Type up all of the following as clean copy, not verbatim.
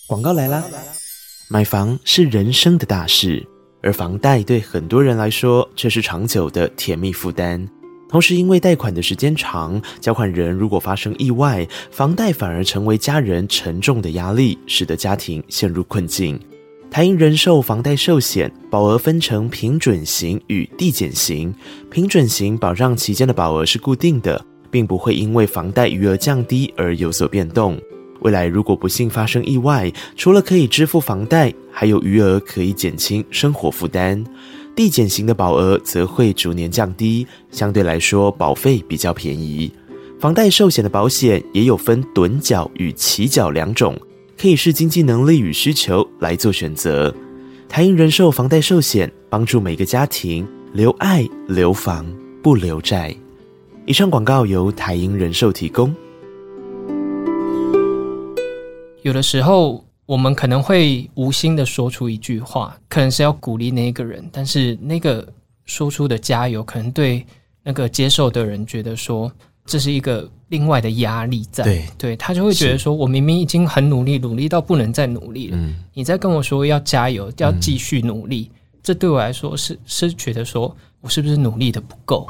广告来啦！买房是人生的大事，而房贷对很多人来说却是长久的甜蜜负担。同时因为贷款的时间长，交款人如果发生意外，房贷反而成为家人沉重的压力，使得家庭陷入困境。台银人寿房贷寿险保额分成平准型与递减型，平准型保障期间的保额是固定的，并不会因为房贷余额降低而有所变动。未来如果不幸发生意外，除了可以支付房贷，还有余额可以减轻生活负担。递减型的保额则会逐年降低，相对来说保费比较便宜。房贷寿险的保险也有分趸缴与期缴两种，可以视经济能力与需求来做选择。台银人寿房贷寿险帮助每个家庭留爱留房不留债。以上广告由台银人寿提供。 有的时候我们可能会无心的说出一句话，可能是要鼓励那个人，但是那个说出的加油可能对那个接受的人觉得说这是一个另外的压力在，对他就会觉得说我明明已经很努力，努力到不能再努力了，你再跟我说要加油，要继续努力，这对我来说是觉得说我是不是努力的不够。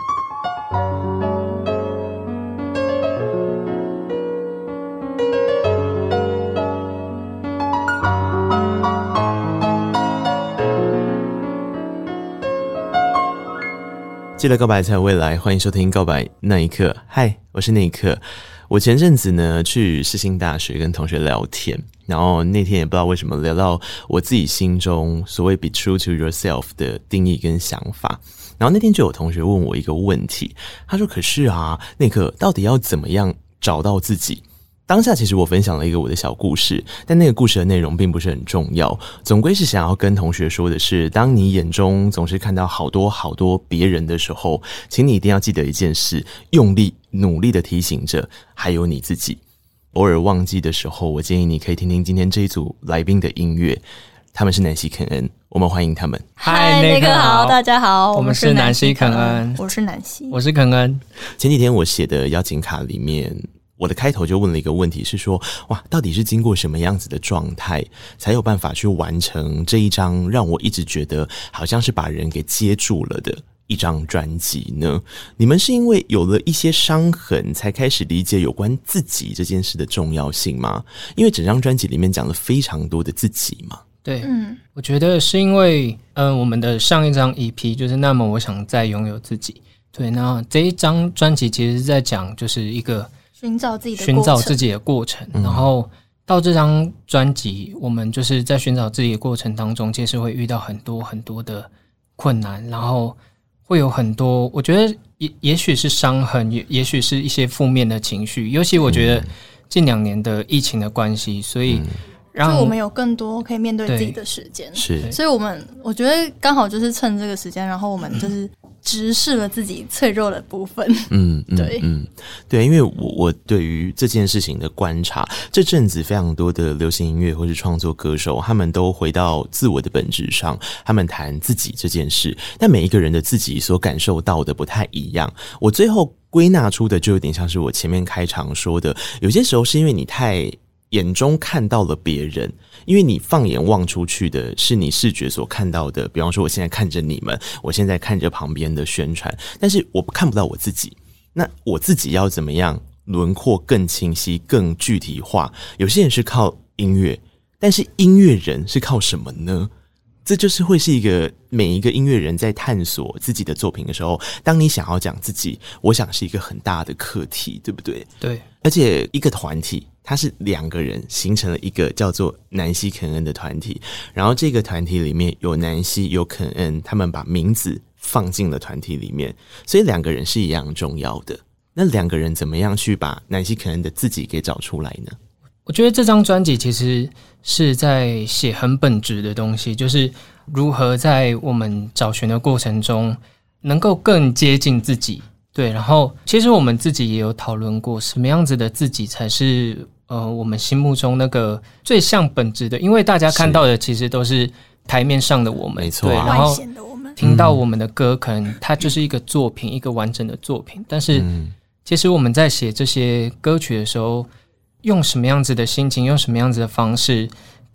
记得告白才有未来，欢迎收听告白那一刻。嗨，我是那一刻。我前阵子呢去世新大学跟同学聊天，然后那天也不知道为什么聊到我自己心中所谓 be true to yourself 的定义跟想法。然后那天就有同学问我一个问题，他说可是啊，那一刻到底要怎么样找到自己？当下其实我分享了一个我的小故事，但那个故事的内容并不是很重要，总归是想要跟同学说的是，当你眼中总是看到好多好多别人的时候，请你一定要记得一件事，用力努力的提醒着还有你自己。偶尔忘记的时候，我建议你可以听听今天这一组来宾的音乐，他们是南希肯恩，我们欢迎他们。 嗨，那个好，大家好， 我们是南希肯恩， 我是南希， 我是肯恩。 前几天我写的邀请卡里面，我的开头就问了一个问题，是说哇，到底是经过什么样子的状态才有办法去完成这一张让我一直觉得好像是把人给接住了的一张专辑呢？你们是因为有了一些伤痕才开始理解有关自己这件事的重要性吗？因为整张专辑里面讲了非常多的自己嘛。 对，我觉得是因为我们的上一张 EP 就是那么我想再拥有自己。对，那这一张专辑其实是在讲就是一个寻找自己的过程， 然后到这张专辑，我们就是在寻找自己的过程当中，其实会遇到很多很多的困难，然后会有很多，我觉得也许是伤痕，也许是一些负面的情绪，尤其我觉得近2年的疫情的关系，所以让就我们有更多可以面对自己的时间， 是， 所以我觉得刚好就是趁这个时间，然后我们就是直视了自己脆弱的部分。 对，因为我对于这件事情的观察，这阵子非常多的流行音乐或是创作歌手，他们都回到自我的本质上，他们谈自己这件事，但每一个人的自己所感受到的不太一样。我最后归纳出的就有点像是我前面开场说的，有些时候是因为你太眼中看到了别人，因为你放眼望出去的是你视觉所看到的，比方说我现在看着你们，我现在看着旁边的宣传，但是我看不到我自己。那我自己要怎么样轮廓更清晰更具体化？有些人是靠音乐，但是音乐人是靠什么呢？这就是会是一个每一个音乐人在探索自己的作品的时候，当你想要讲自己，我想是一个很大的课题，对不对？ 对， 而且一个团体它是2个人形成了一个叫做南希肯恩的团体，然后这个团体里面有南希有肯恩，他们把名字放进了团体里面，所以2个人是一样重要的。那2个人怎么样去把南希肯恩的自己给找出来呢？ 我觉得这张专辑其实是在写很本质的东西，就是如何在我们找寻的过程中能够更接近自己。对，然后其实我们自己也有讨论过，什么样子的自己才是我们心目中那个最像本质的，因为大家看到的其实都是台面上的我们， 没错， 对，然后外显的我们听到我们的歌，可能它就是一个作品，一个完整的作品，但是其实我们在写这些歌曲的时候，用什么样子的心情，用什么样子的方式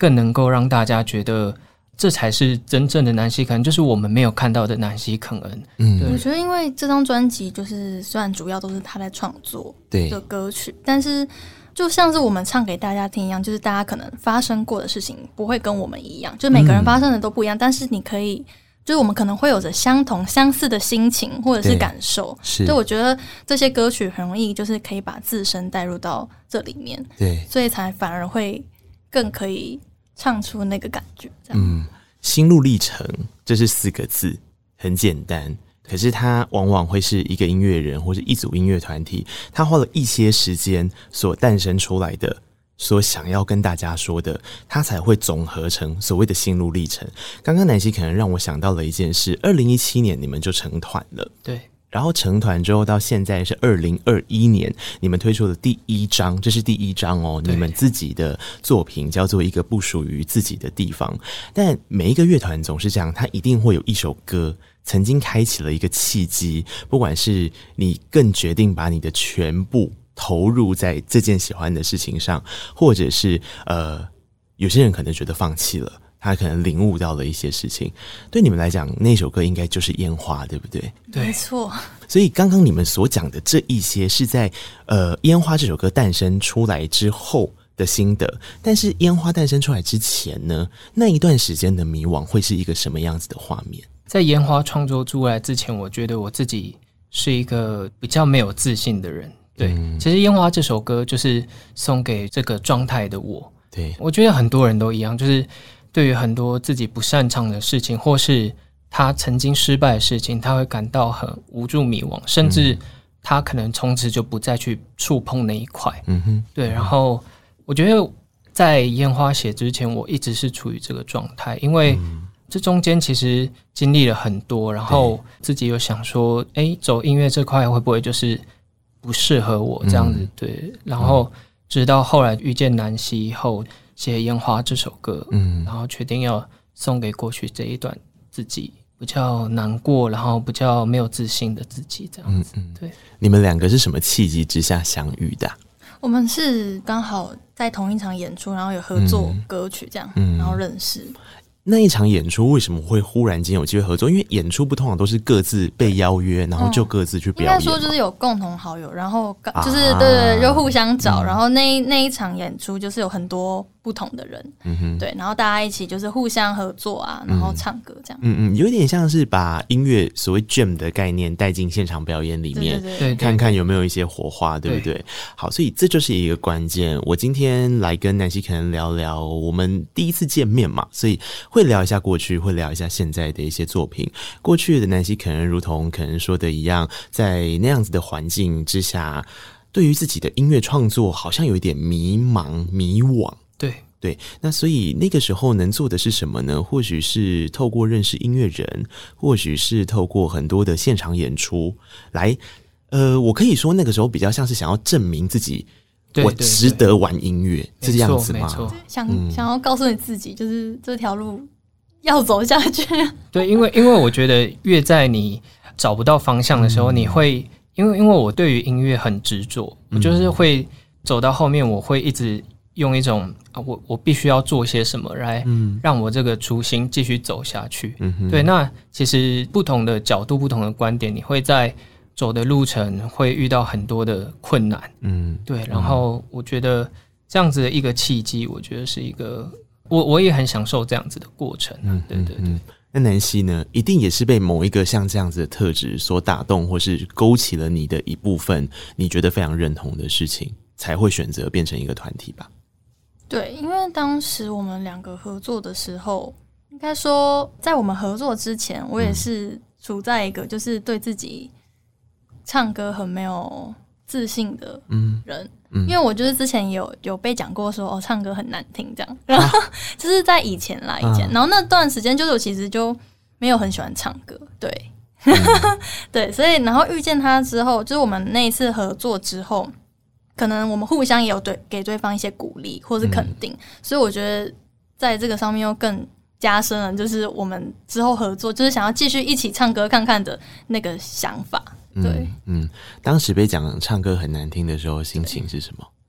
更能够让大家觉得这才是真正的南西肯恩，就是我们没有看到的南西肯恩。 我觉得因为这张专辑就是虽然主要都是他在创作的歌曲，但是就像是我们唱给大家听一样，就是大家可能发生过的事情不会跟我们一样，就每个人发生的都不一样，但是你可以就是我们可能会有着相同相似的心情或者是感受，所以我觉得这些歌曲很容易就是可以把自身带入到这里面，对，所以才反而会更可以唱出那个感觉这样。 心路历程这是4个字，很简单，可是它往往会是一个音乐人或是一组音乐团体，他花了一些时间所诞生出来的，所想要跟大家说的，它才会总合成所谓的心路历程。刚刚南希可能让我想到了一件事，2017年你们就成团了， 对， 然后成团之后到现在是2021年，你们推出了第1张，这是第1张哦，你们自己的作品叫做一个不属于自己的地方。但每一个乐团总是这样，它一定会有一首歌曾经开启了一个契机，不管是你更决定把你的全部投入在这件喜欢的事情上，或者是有些人可能觉得放弃了，他可能领悟到了一些事情。对你们来讲，那首歌应该就是烟花，对不对？ 没错。 所以刚刚你们所讲的这一些是在烟花这首歌诞生出来之后的心得，但是烟花诞生出来之前呢，那一段时间的迷惘会是一个什么样子的画面？ 在烟花创作出来之前，我觉得我自己是一个比较没有自信的人。对，其实烟花这首歌就是送给这个状态的我。 对， 我觉得很多人都一样，就是对于很多自己不擅长的事情，或是他曾经失败的事情，他会感到很无助迷惘，甚至他可能从此就不再去触碰那一块。对，然后我觉得在烟花写之前，我一直是处于这个状态，因为这中间其实经历了很多，然后自己有想说，走音乐这块会不会就是不适合我这样子？对，然后直到后来遇见南希以后，写《烟花》这首歌，然后决定要送给过去这一段自己比较难过，然后比较没有自信的自己这样子。对， 你们2个是什么契机之下相遇的？ 我们是刚好在同一场演出，然后有合作歌曲这样，然后认识。 那一场演出为什么会忽然间有机会合作？因为演出不通常都是各自被邀约，然后就各自去表演。 应该说就是有共同好友，然后就是对，就互相找，然后那一场演出就是有很多不同的人，对，然后大家一起就是互相合作啊，然后唱歌这样。 有点像是把音乐所谓 jam 的概念带进现场表演里面， 对， 看看有没有一些火花，对不对？好，所以这就是一个关键。我今天来跟南希可能聊聊我们第一次见面嘛，所以会聊一下过去，会聊一下现在的一些作品。过去的南希可能如同可能说的一样，在那样子的环境之下，对于自己的音乐创作好像有一点迷茫迷惘。对，那所以那个时候能做的是什么呢？或许是透过认识音乐人，或许是透过很多的现场演出来，我可以说那个时候比较像是想要证明自己，我值得玩音乐，这样子吗？ 想要告诉你自己，就是这条路要走下去。 对，因为我觉得越在你找不到方向的时候，你会因为我对于音乐很执着，我就是会走到后面，我会一直用一种我必须要做些什么来让我这个初心继续走下去。对，那其实不同的角度、不同的观点，你会在走的路程会遇到很多的困难。对，然后我觉得这样子的一个契机，我觉得是一个我也很享受这样子的过程。对。 那南希呢，一定也是被某一个像这样子的特质所打动，或是勾起了你的一部分你觉得非常认同的事情，才会选择变成一个团体吧？ 对，因为当时我们2个合作的时候，应该说在我们合作之前，我也是处在一个就是对自己唱歌很没有自信的人。因为我就是之前有被讲过说唱歌很难听这样，然后就是在以前，然后那段时间就是我其实就没有很喜欢唱歌，对，对，所以然后遇见他之后，就是我们那一次合作之后，可能我们互相也有给对方一些鼓励或是肯定，所以我觉得在这个上面又更加深了，就是我们之后合作就是想要继续一起唱歌看看的那个想法。对， 当时被讲唱歌很难听的时候，心情是什么？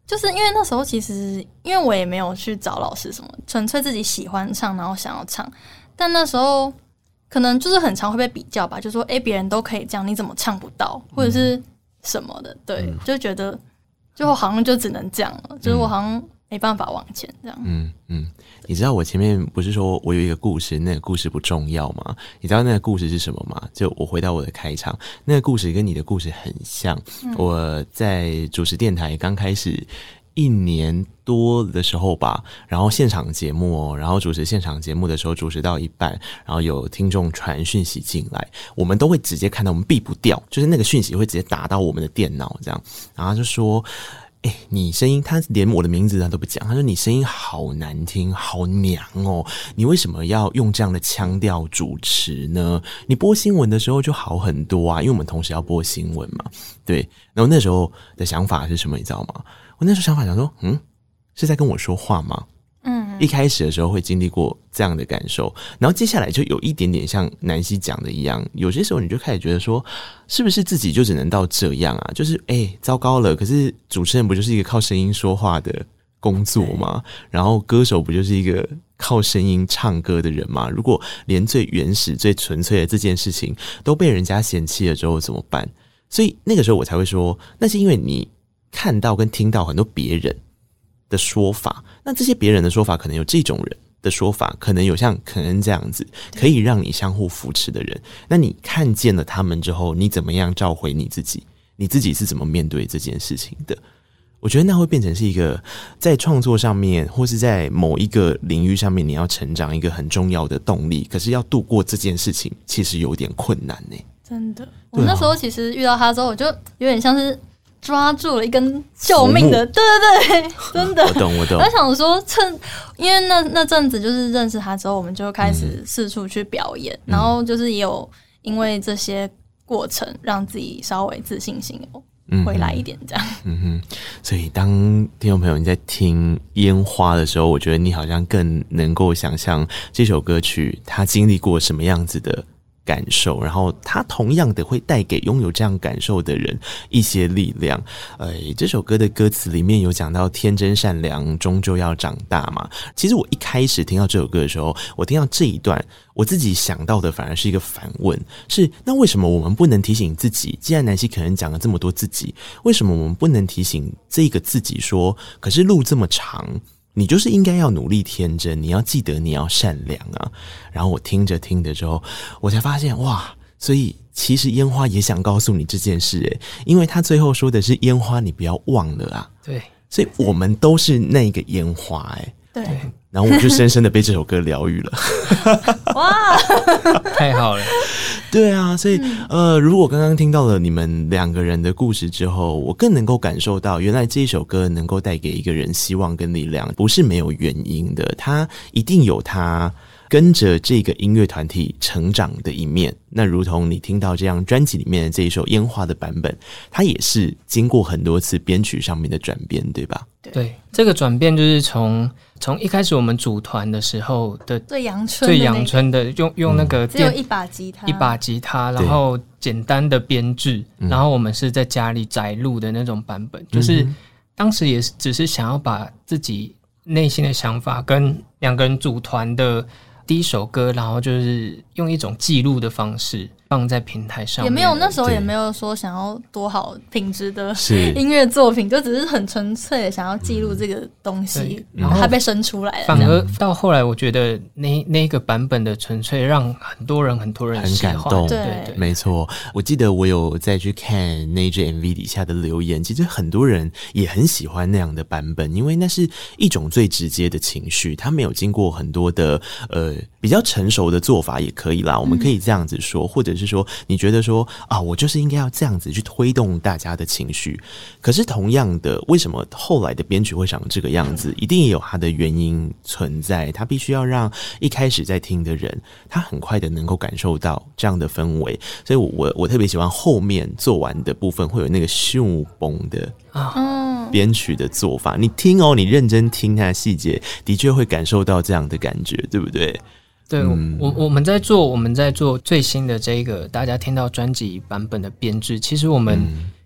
就是因为那时候其实因为我也没有去找老师什么，纯粹自己喜欢唱，然后想要唱。但那时候可能就是很常会被比较吧，就说别人都可以这样，你怎么唱不到，或者是什么的，对，就觉得就好像就只能这样了，就是我好像没办法往前这样。 你知道我前面不是说我有一个故事，那个故事不重要吗？你知道那个故事是什么吗？就我回到我的开场，那个故事跟你的故事很像。我在主持电台刚开始1年多的时候吧，然后现场节目然后主持现场节目的时候，主持到一半，然后有听众传讯息进来，我们都会直接看到，我们避不掉，就是那个讯息会直接打到我们的电脑这样，然后就说你声音，他连我的名字他都不讲，他说你声音好难听，好娘哦，你为什么要用这样的腔调主持呢？你播新闻的时候就好很多啊，因为我们同时要播新闻嘛，对。然后那时候的想法是什么，你知道吗？我那时候想法想说，是在跟我说话吗？一开始的时候会经历过这样的感受，然后接下来就有一点点像南希讲的一样，有些时候你就开始觉得说，是不是自己就只能到这样啊？就是糟糕了，可是主持人不就是一个靠声音说话的工作吗？然后歌手不就是一个靠声音唱歌的人吗？如果连最原始最纯粹的这件事情都被人家嫌弃了之后怎么办？所以那个时候我才会说，那是因为你看到跟听到很多别人的说法，那这些别人的说法可能有这种人的说法，可能有像肯恩这样子可以让你相互扶持的人，那你看见了他们之后，你怎么样召回你自己？你自己是怎么面对这件事情的？我觉得那会变成是一个在创作上面或是在某一个领域上面你要成长一个很重要的动力，可是要度过这件事情其实有点困难真的，我那时候其实遇到他之后，我就有点像是抓住了一根救命的，对，真的，我懂。我想说，因为那阵子就是认识他之后，我们就开始四处去表演，然后就是也有因为这些过程，让自己稍微自信心回来一点，这样。 所以当听众朋友你在听《烟花》的时候，我觉得你好像更能够想象这首歌曲它经历过什么样子的感受，然后它同样的会带给拥有这样感受的人一些力量。这首歌的歌词里面有讲到天真善良终究要长大嘛。其实我一开始听到这首歌的时候，我听到这一段，我自己想到的反而是一个反问，是那为什么我们不能提醒自己，既然南希可能讲了这么多自己，为什么我们不能提醒这个自己说，可是路这么长，你就是应该要努力天真，你要记得你要善良啊。然后我听着之后，我才发现哇，所以其实烟花也想告诉你这件事因为他最后说的是烟花你不要忘了啊。 对， 所以我们都是那个烟花对。 然后我就深深的被这首歌疗愈了。 哇， 太好了。 对啊，所以如果刚刚听到了你们两个人的故事之后，我更能够感受到原来这一首歌能够带给一个人希望跟力量，不是没有原因的，他一定有他跟着这个音乐团体成长的一面。那如同你听到这样专辑里面的这一首《烟花》的版本，它也是经过很多次编曲上面的转变，对吧？ 对，这个转变就是从一开始我们组团的时候的最阳春的用那个只有一把吉他， 然后简单的编制，然后我们是在家里宅录的那种版本，就是当时也只是想要把自己内心的想法跟两个人组团的第一首歌，然后就是用一种记录的方式放在平台上面， 也没有那时候也没有说想要多好品质的音乐作品，就只是很纯粹的想要记录这个东西，然后它被生出来了。 反而到后来，我觉得那个版本的纯粹让很多人很感动。对，没错。我记得我有再去看那支 MV 底下的留言，其实很多人也很喜欢那样的版本，因为那是一种最直接的情绪，它没有经过很多的比较成熟的做法也可以啦，我们可以这样子说，或者是说你觉得说啊，我就是应该要这样子去推动大家的情绪。可是同样的，为什么后来的编曲会长这个样子，一定也有它的原因存在，它必须要让一开始在听的人他很快的能够感受到这样的氛围。所以我特别喜欢后面做完的部分会有那个咻崩的编曲的做法，你听你认真听它的细节，的确会感受到这样的感觉，对不对？ 对，我们在做最新的这个大家听到专辑版本的编制，其实我们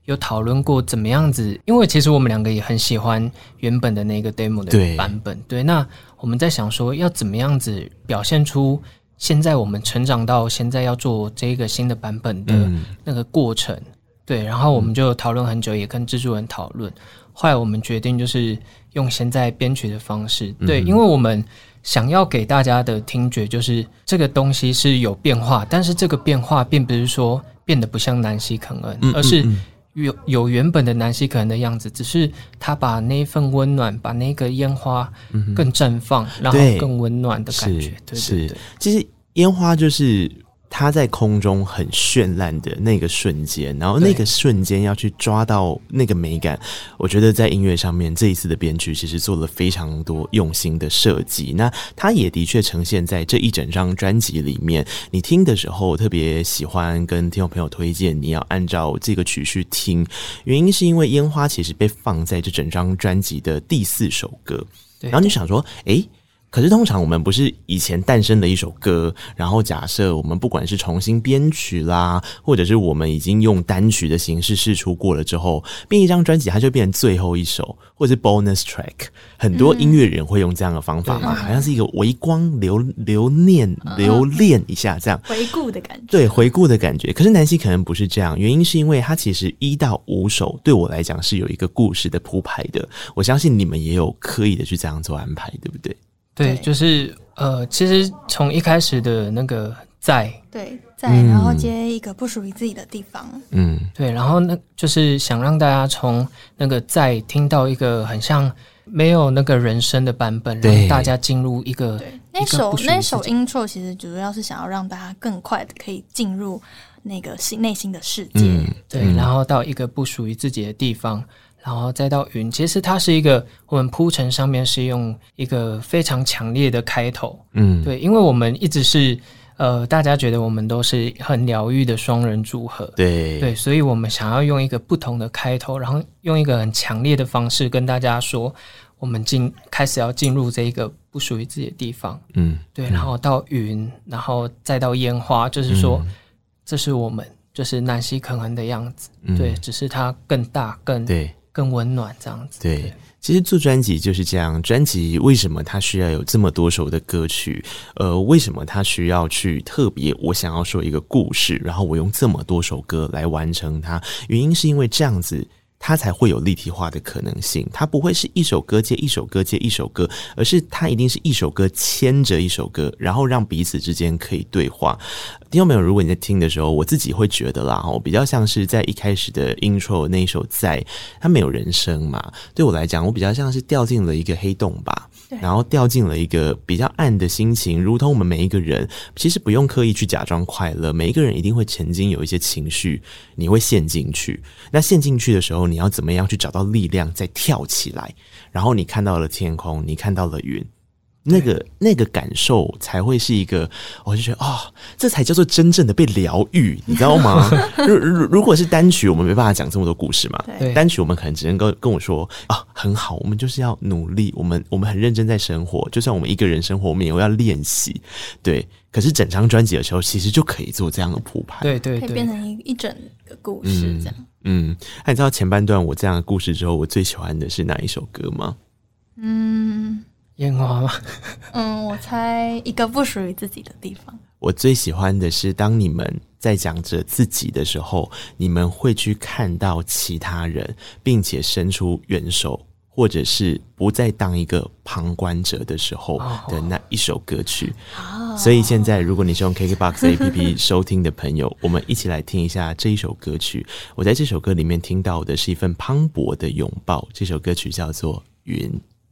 有讨论过怎么样子，因为其实我们两个也很喜欢原本的那个 demo 的版本，对，那我们在想说要怎么样子表现出现在我们成长到现在要做这个新的版本的那个过程，对，然后我们就讨论很久，也跟制作人讨论，后来我们决定就是用现在编曲的方式，对，因为我们想要给大家的听觉就是这个东西是有变化，但是这个变化并不是说变得不像南希肯恩，而是有原本的南希肯恩的样子，只是他把那一份温暖，把那个烟花更绽放，然后更温暖的感觉。对对对， 其实烟花就是它在空中很绚烂的那个瞬间，然后那个瞬间要去抓到那个美感，我觉得在音乐上面这一次的编曲其实做了非常多用心的设计，那它也的确呈现在这一整张专辑里面。你听的时候特别喜欢跟听众朋友推荐你要按照这个曲序听，原因是因为烟花其实被放在这整张专辑的第4首歌，然后你想说可是通常我们不是以前诞生的一首歌，然后假设我们不管是重新编曲啦，或者是我们已经用单曲的形式释出过了之后，变一张专辑它就变成最后一首，或者是 bonus track， 很多音乐人会用这样的方法嘛，好像是一个微光留恋一下这样回顾的感觉， 对，回顾的感觉。可是南希可能不是这样，原因是因为它其实1到5首对我来讲是有一个故事的铺排的，我相信你们也有刻意的去这样做安排，对不对？ 对，就是其实从一开始的那个在， 然后接一个不属于自己的地方， 对，然后那就是想让大家从那个在听到一个很像没有那个人声的版本，让大家进入一个那首 intro 其实主要是想要让大家更快的可以进入那个内心的世界， 对，然后到一个不属于自己的地方。然后再到云，其实它是一个我们铺陈上面是用一个非常强烈的开头，对，因为我们一直是大家觉得我们都是很疗愈的双人组合，对，所以我们想要用一个不同的开头，然后用一个很强烈的方式跟大家说，我们开始要进入这一个不属于自己的地方，对，然后到云，然后再到烟花，就是说这是我们就是南希肯恩的样子，对，只是它更大更温暖这样子。 对，其实做专辑就是这样，专辑为什么它需要有这么多首的歌曲？为什么它需要去特别我想要说一个故事，然后我用这么多首歌来完成它？原因是因为这样子它才会有立体化的可能性，它不会是一首歌接一首歌接一首歌，而是它一定是一首歌牵着一首歌，然后让彼此之间可以对话。听众朋友，如果你在听的时候，我自己会觉得啦，我比较像是在一开始的 intro 那一首在，它没有人声嘛，对我来讲，我比较像是掉进了一个黑洞吧，然后掉进了一个比较暗的心情，如同我们每一个人其实不用刻意去假装快乐，每一个人一定会曾经有一些情绪，你会陷进去，那陷进去的时候，你要怎么样去找到力量再跳起来，然后你看到了天空，你看到了云，那个感受才会是一个，我就觉得这才叫做真正的被疗愈，你知道吗？如果是单曲，我们没办法讲这么多故事嘛。单曲我们可能只能跟我说很好，我们就是要努力，我们很认真在生活，就算我们一个人生活，我们也要练习。对，可是整张专辑的时候，其实就可以做这样的铺排， 对， 可以变成一整个故事这样。 那你知道前半段我这样的故事之后，我最喜欢的是哪一首歌吗？ 烟花吗？ 我猜一个不属于自己的地方。 我最喜欢的是当你们在讲着自己的时候，你们会去看到其他人，并且伸出援手，或者是不再当一个旁观者的时候的那一首歌曲。所以现在如果你是用 KKBOX APP 收听的朋友，我们一起来听一下这一首歌曲。我在这首歌里面听到的是一份磅礴的拥抱，这首歌曲叫做云。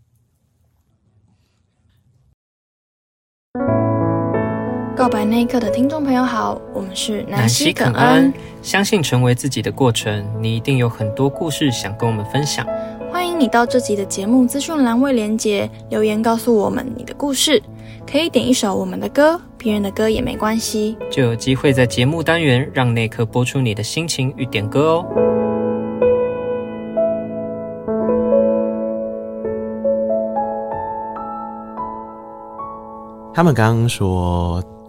告白那一刻的听众朋友好，我们是南希肯恩。相信成为自己的过程，你一定有很多故事想跟我们分享。 欢迎你到这集的节目资讯栏位连结留言告诉我们你的故事，可以点一首我们的歌，别人的歌也没关系， 就有机会在节目单元让那刻播出你的心情与点歌哦。 他们刚刚说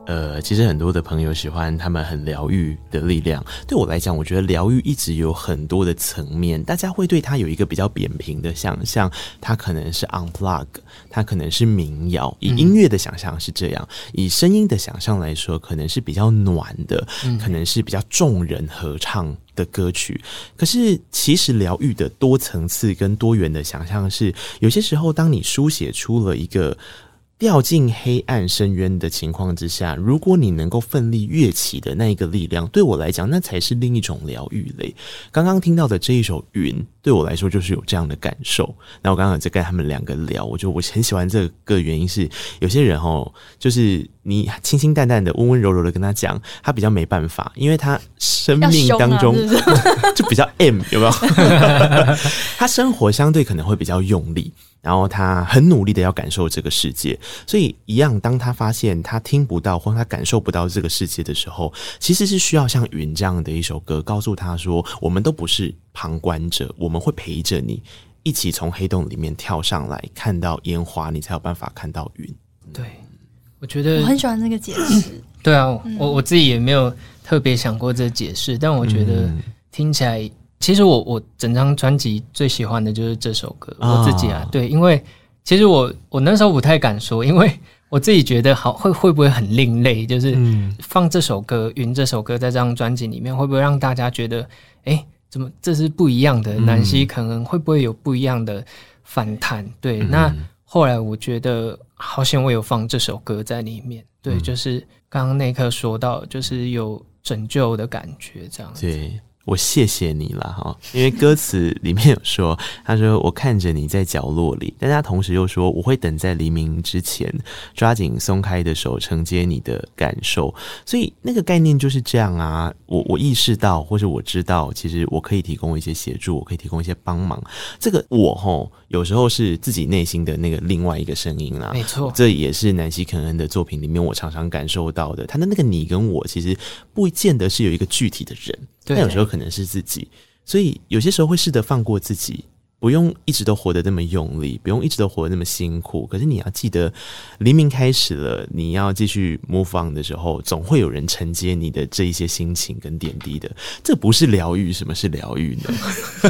其实很多的朋友喜欢他们很疗愈的力量。对我来讲，我觉得疗愈一直有很多的层面，大家会对它有一个比较扁平的想象，它可能是 unplug， 它可能是民谣，以音乐的想象是这样，以声音的想象来说，可能是比较暖的，可能是比较众人合唱的歌曲。可是其实疗愈的多层次跟多元的想象是，有些时候当你书写出了一个掉进黑暗深渊的情况之下，如果你能够奋力跃起的那一个力量，对我来讲那才是另一种疗愈类。刚刚听到的这一首云对我来说就是有这样的感受。那我刚刚有在跟他们两个聊，我觉得我很喜欢这个歌的原因是，有些人就是你清清淡淡的温温柔柔的跟他讲，他比较没办法，因为他生命当中是不是就比较 M， 有没有他生活相对可能会比较用力，然后他很努力的要感受这个世界，所以一样，当他发现他听不到或他感受不到这个世界的时候，其实是需要像云这样的一首歌告诉他说，我们都不是旁观者，我们会陪着你一起从黑洞里面跳上来，看到烟花，你才有办法看到云。 对，我觉得我很喜欢这个解释。 对啊，我自己也没有特别想过这解释，但我觉得听起来，其实我整张专辑最喜欢的就是这首歌，我自己啊，对，因为其实我那时候不太敢说，因为我自己觉得会不会很另类，就是放这首歌云这首歌在这张专辑里面，会不会让大家觉得怎么这是不一样的，南希可能会不会有不一样的反弹？对，那后来我觉得好险我有放这首歌在里面，对，就是刚刚那一刻说到，就是有拯救的感觉这样子。 对，我谢谢你啦哈，因为歌词里面有说，他说我看着你在角落里，但他同时又说我会等在黎明之前，抓紧松开的手承接你的感受，所以那个概念就是这样啊。我意识到，或是我知道，其实我可以提供一些协助，我可以提供一些帮忙。这个我有时候是自己内心的那个另外一个声音啦， 没错， 这也是南希肯恩的作品里面我常常感受到的。他的那个你跟我，其实不见得是有一个具体的人，但有时候可能是自己，所以有些时候会试着放过自己，不用一直都活得那么用力，不用一直都活得那么辛苦。可是你要记得，黎明开始了，你要继续 move on 的时候，总会有人承接你的这一些心情跟点滴的。这不是疗愈，什么是疗愈呢？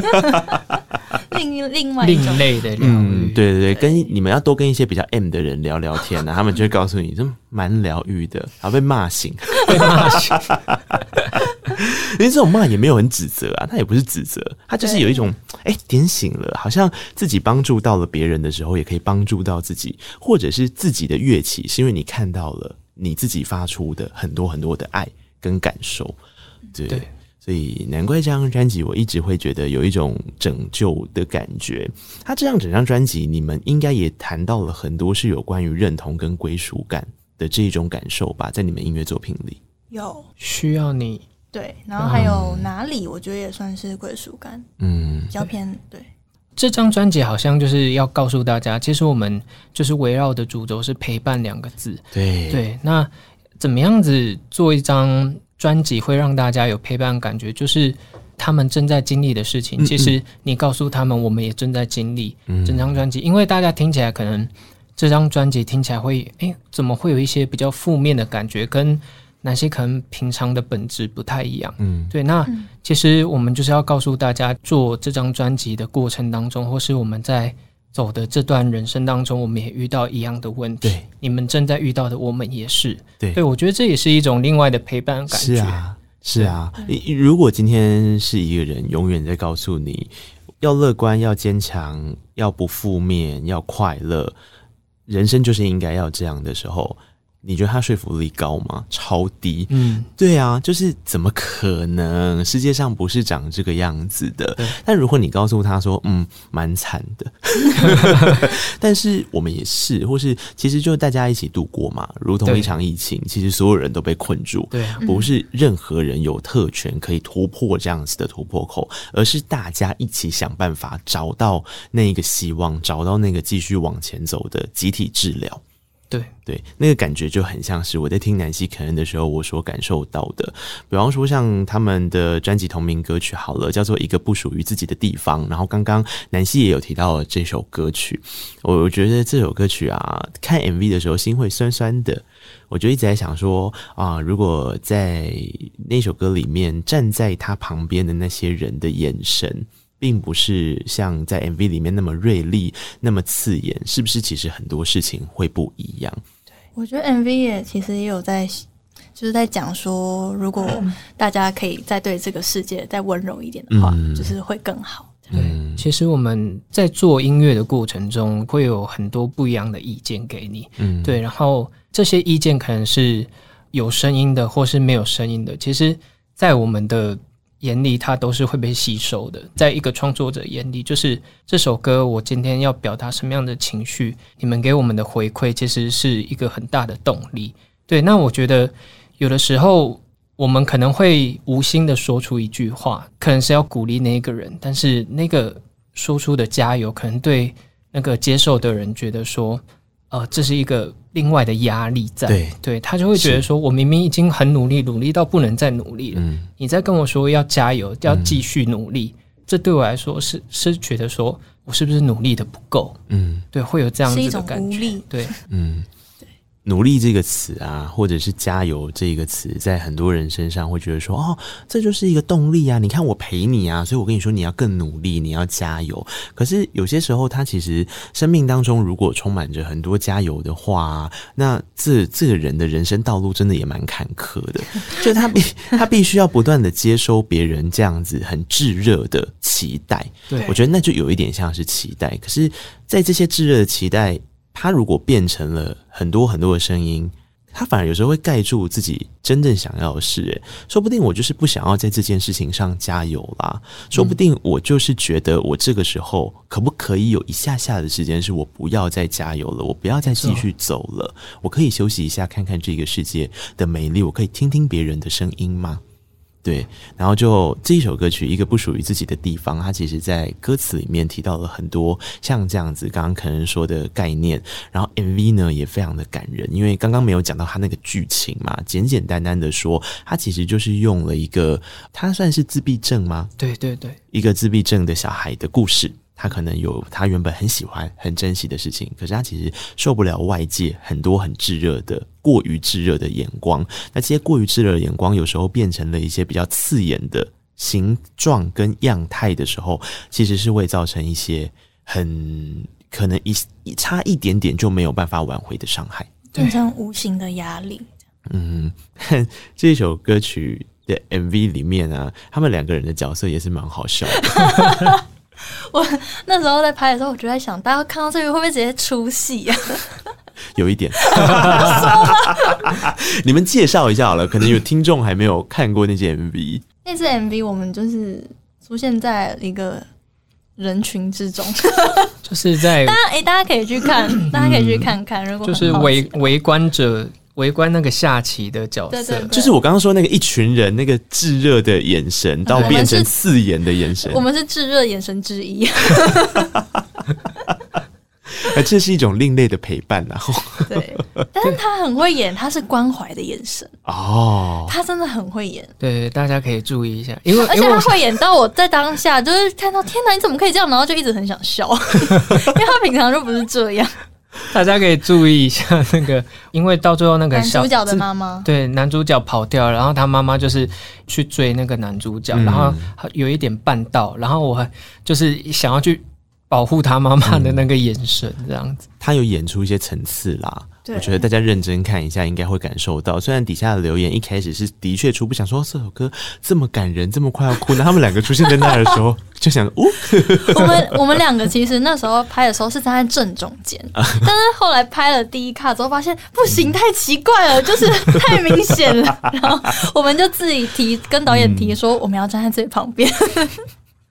另外一种另类的疗愈， 对对对，跟你们要多跟一些比较 M 的人聊聊天啊，他们就会告诉你，这蛮疗愈的，然后被骂醒， 被骂醒。 因为这种骂也没有很指责啊，他也不是指责，他就是有一种点醒了，好像自己帮助到了别人的时候，也可以帮助到自己，或者是自己的跃起，是因为你看到了你自己发出的很多很多的爱跟感受，对。所以难怪这张专辑我一直会觉得有一种拯救的感觉。他这样整张专辑你们应该也谈到了很多是有关于认同跟归属感的这一种感受吧，在你们音乐作品里有需要你， 对，然后还有哪里我觉得也算是归属感，比较偏对。 这张专辑好像就是要告诉大家，其实我们就是围绕的主轴是陪伴2个字，对，那怎么样子做一张专辑会让大家有陪伴感觉，就是他们正在经历的事情，其实你告诉他们我们也正在经历整张专辑，因为大家听起来可能这张专辑听起来会怎么会有一些比较负面的感觉，跟哪些可能平常的本质不太一样，对，那其实我们就是要告诉大家，做这张专辑的过程当中，或是我们在走的这段人生当中，我们也遇到一样的问题，对，你们正在遇到的我们也是，对，我觉得这也是一种另外的陪伴感觉， 是啊，如果今天是一个人永远在告诉你要乐观，要坚强，要不负面，要快乐，人生就是应该要这样的时候，你觉得他说服力高吗？超低。对啊，就是怎么可能？世界上不是长这个样子的。但如果你告诉他说，蛮惨的，但是我们也是，或是其实就大家一起度过嘛，如同一场疫情，其实所有人都被困住，对，不是任何人有特权可以突破这样子的突破口，而是大家一起想办法找到那个希望，找到那个继续往前走的集体治疗。 对，那个感觉就很像是我在听南希肯恩的时候我所感受到的。比方说像他们的专辑同名歌曲好了，叫做一个不属于自己的地方，然后刚刚南希也有提到了这首歌曲，我觉得这首歌曲啊，看 MV 的时候心会酸酸的，我就一直在想说啊，如果在那首歌里面站在他旁边的那些人的眼神并不是像在 MV 里面那么锐利那么刺眼，是不是其实很多事情会不一样？ 我觉得 MV 其实也有就是在讲说，如果大家可以再对这个世界再温柔一点的话，就是会更好。 对，其实我们在做音乐的过程中会有很多不一样的意见给你，对，然后这些意见可能是有声音的或是没有声音的，其实在我们的眼里它都是会被吸收的。在一个创作者眼里，就是这首歌我今天要表达什么样的情绪，你们给我们的回馈其实是一个很大的动力。对，那我觉得有的时候我们可能会无心的说出一句话，可能是要鼓励那一个人，但是那个说出的加油可能对那个接受的人觉得说这是一个另外的压力在，对，他就会觉得说我明明已经很努力到不能再努力了，你再跟我说要加油要继续努力，这对我来说是觉得说我是不是努力的不够，对，会有这样子的感觉，是一种无力，对， 努力这个词啊，或者是加油这个词，在很多人身上会觉得说，哦，这就是一个动力啊！你看我陪你啊，所以我跟你说你要更努力，你要加油。可是有些时候，他其实生命当中如果充满着很多加油的话，那这个人的人生道路真的也蛮坎坷的。就他必须要不断的接收别人这样子很炙热的期待，对，我觉得那就有一点像是期待。可是，在这些炙热的期待，他如果变成了很多很多的声音，他反而有时候会盖住自己真正想要的事。说不定我就是不想要在这件事情上加油啦，说不定我就是觉得我这个时候可不可以有一下下的时间是我不要再加油了，我不要再继续走了，我可以休息一下，看看这个世界的美丽，我可以听听别人的声音吗？对，然后就这一首歌曲一个不属于自己的地方，它其实在歌词里面提到了很多像这样子刚刚可能说的概念，然后 MV 呢也非常的感人，因为刚刚没有讲到他那个剧情嘛，简简单单的说他其实就是用了一个他算是自闭症吗？ 对对对， 一个自闭症的小孩的故事，他可能有他原本很喜欢很珍惜的事情，可是他其实受不了外界很多很炙热的过于炙热的眼光，那这些过于炙热的眼光有时候变成了一些比较刺眼的形状跟样态的时候，其实是会造成一些很可能差一点点就没有办法挽回的伤害， 变成无形的压力。 这首歌曲的 MV 里面啊，他们两个人的角色也是蛮好笑的我那时候在拍的时候，我就在想，大家看到这个会不会直接出戏啊？ 有一点你们介绍一下好了，可能有听众还没有看过那支 MV。 那支 MV 我们就是出现在一个人群之中就是在大家可以去看大家可以去看看，如果就是围观者围观那个下棋的角色， 对， 就是我刚刚说那个一群人那个炙热的眼神到变成刺眼的眼神， 我们是炙热眼神之一这是一种另类的陪伴啊。 对，但是他很会演，他是关怀的眼神哦，他真的很会演。 对，大家可以注意一下，而且他会演到我在当下就是看到天哪，你怎么可以这样，然后就一直很想笑，因为他平常就不是这样。 大家可以注意一下那个，因为到最后那个男主角的妈妈， 对，男主角跑掉，然后他妈妈就是去追那个男主角，然后有一点绊到，然后我还就是想要去保护他妈妈的那个眼神，这样子。 他有演出一些层次啦，我觉得大家认真看一下应该会感受到，虽然底下的留言一开始是的确初步想说这首歌这么感人这么快要哭，那他们两个出现在那的时候就想我们两个其实那时候拍的时候是站在正中间但是后来拍了第一卡之后发现不行，太奇怪了，就是太明显了然后我们就自己跟导演提说我们要站在最旁边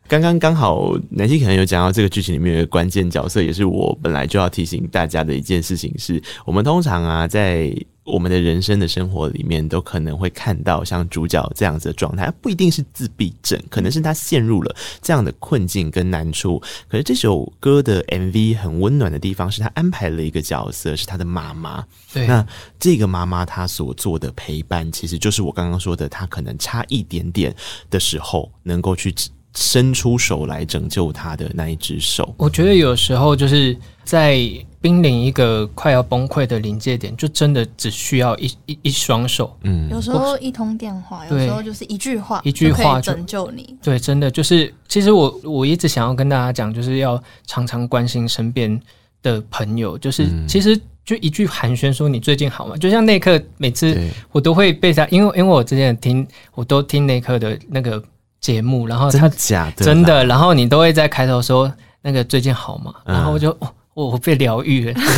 刚好南希可能有讲到这个剧情里面有一个关键角色，也是我本来就要提醒大家的一件事情是，我们通常啊在我们的人生的生活里面都可能会看到像主角这样子的状态，不一定是自闭症，可能是他陷入了这样的困境跟难处。可是这首歌的 MV 很温暖的地方是他安排了一个角色，是他的妈妈。 对， 那这个妈妈她所做的陪伴，其实就是我刚刚说的，她可能差一点点的时候能够去伸出手来拯救他的那一只手。 我觉得有时候就是在濒临一个快要崩溃的临界点，就真的只需要一双手。 有时候一通电话，有时候就是一句话就可以拯救你。 对，真的就是其实我一直想要跟大家讲，就是要常常关心身边的朋友，就是其实就一句寒暄说你最近好吗？就像内克每次我都会被他，因为我之前我都听内克的那个节目，然后他真的假的？ 真的，然后你都会在开头说那个最近好吗？然后我就我被疗愈了。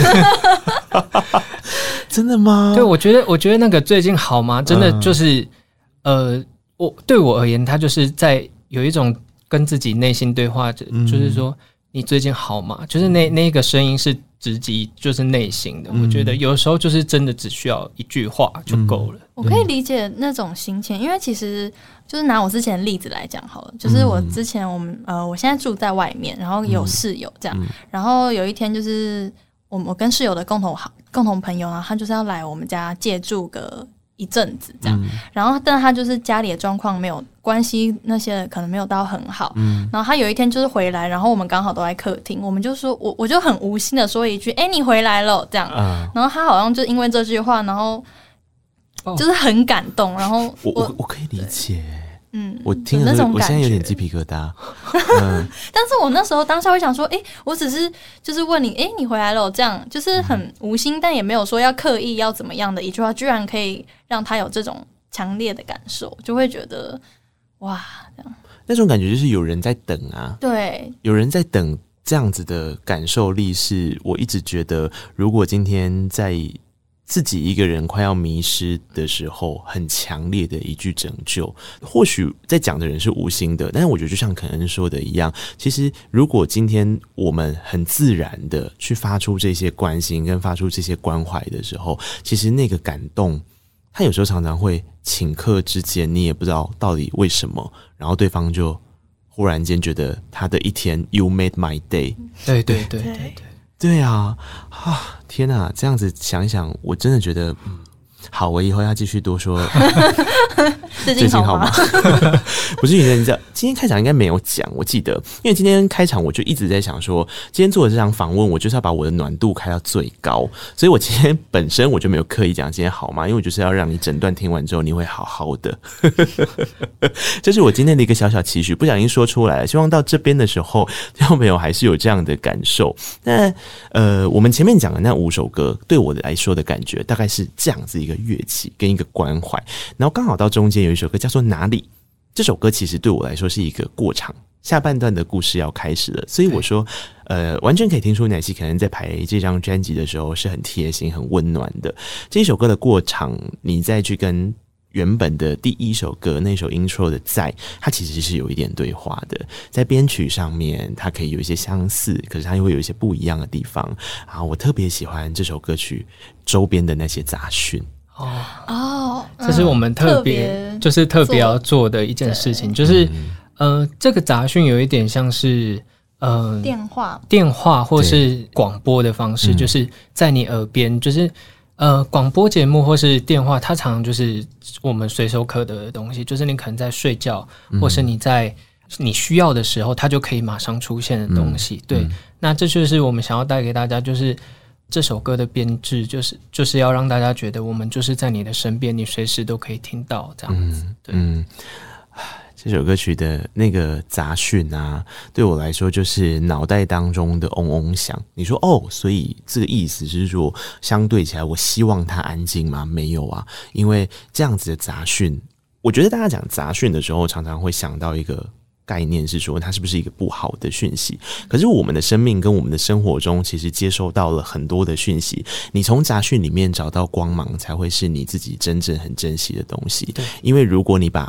真的吗？ 对，我觉得那个最近好吗？真的就是对我而言，他就是在有一种跟自己内心对话，就是说你最近好吗？就是那个声音是直击就是内心的。我觉得有时候就是真的只需要一句话就够了。 我可以理解那种心情，因为其实就是拿我之前的例子来讲好了，就是我之前我现在住在外面，然后有室友这样，然后有一天就是我跟室友的共同朋友，然后他就是要来我们家借住个一阵子这样，然后但他就是家里的状况没有关系，那些可能没有到很好，然后他有一天就是回来，然后我们刚好都在客厅，我们就说我就很无心的说一句你回来了这样，然后他好像就因为这句话，然后就是很感动，然后我可以理解，我听了我现在有点鸡皮疙瘩。 但是我那时候当下会想说，我只是就是问你，你回来了，这样就是很无心，但也没有说要刻意要怎么样的一句话，居然可以让他有这种强烈的感受，就会觉得哇，这样那种感觉就是有人在等啊， 对， 有人在等，这样子的感受力是我一直觉得，如果今天在自己一个人快要迷失的时候，很强烈的一句拯救，或许在讲的人是无心的，但是我觉得就像肯恩说的一样，其实如果今天我们很自然的去发出这些关心跟发出这些关怀的时候，其实那个感动他有时候常常会顷刻之间你也不知道到底为什么，然后对方就忽然间觉得他的一天 You made my day。 对对啊，天啊，这样子想一想，我真的觉得，好，我以后要继续多说。 最近好吗？ 不是，你知道，今天开场应该没有讲，我记得，因为今天开场我就一直在想说，今天做的这场访问，我就是要把我的暖度开到最高，所以我今天本身我就没有刻意讲今天好吗？因为我就是要让你整段听完之后你会好好的。这是我今天的一个小小期许，不小心说出来了，希望到这边的时候，听众朋友还是有这样的感受。那我们前面讲的那5首歌，对我来说的感觉大概是这样子一个乐器跟一个关怀，然后刚好到中间有一首歌叫做哪里，这首歌其实对我来说是一个过场，下半段的故事要开始了，所以我说完全可以听出乃希可能在排这张专辑的时候是很贴心很温暖的。这首歌的过场你再去跟原本的第一首歌那首 intro 的在，它其实是有一点对话的，在编曲上面它可以有一些相似，可是它又会有一些不一样的地方啊。我特别喜欢这首歌曲周边的那些杂讯。 这是我们特别要做的一件事情，就是这个杂讯有一点像是电话或是广播的方式，就是在你耳边，就是广播节目或是电话，它常常就是我们随手可得的东西，就是你可能在睡觉，或是你在你需要的时候，它就可以马上出现的东西。对，那这就是我们想要带给大家，就是这首歌的编制，就是要让大家觉得我们就是在你的身边，你随时都可以听到这样子。对。 这首歌曲的那个杂讯啊，对我来说就是脑袋当中的嗡嗡响。你说所以这个意思是说，相对起来，我希望它安静吗？没有啊，因为这样子的杂讯，我觉得大家讲杂讯的时候，常常会想到一个概念是说，它是不是一个不好的讯息？可是我们的生命跟我们的生活中，其实接收到了很多的讯息，你从杂讯里面找到光芒，才会是你自己真正很珍惜的东西。因为如果你把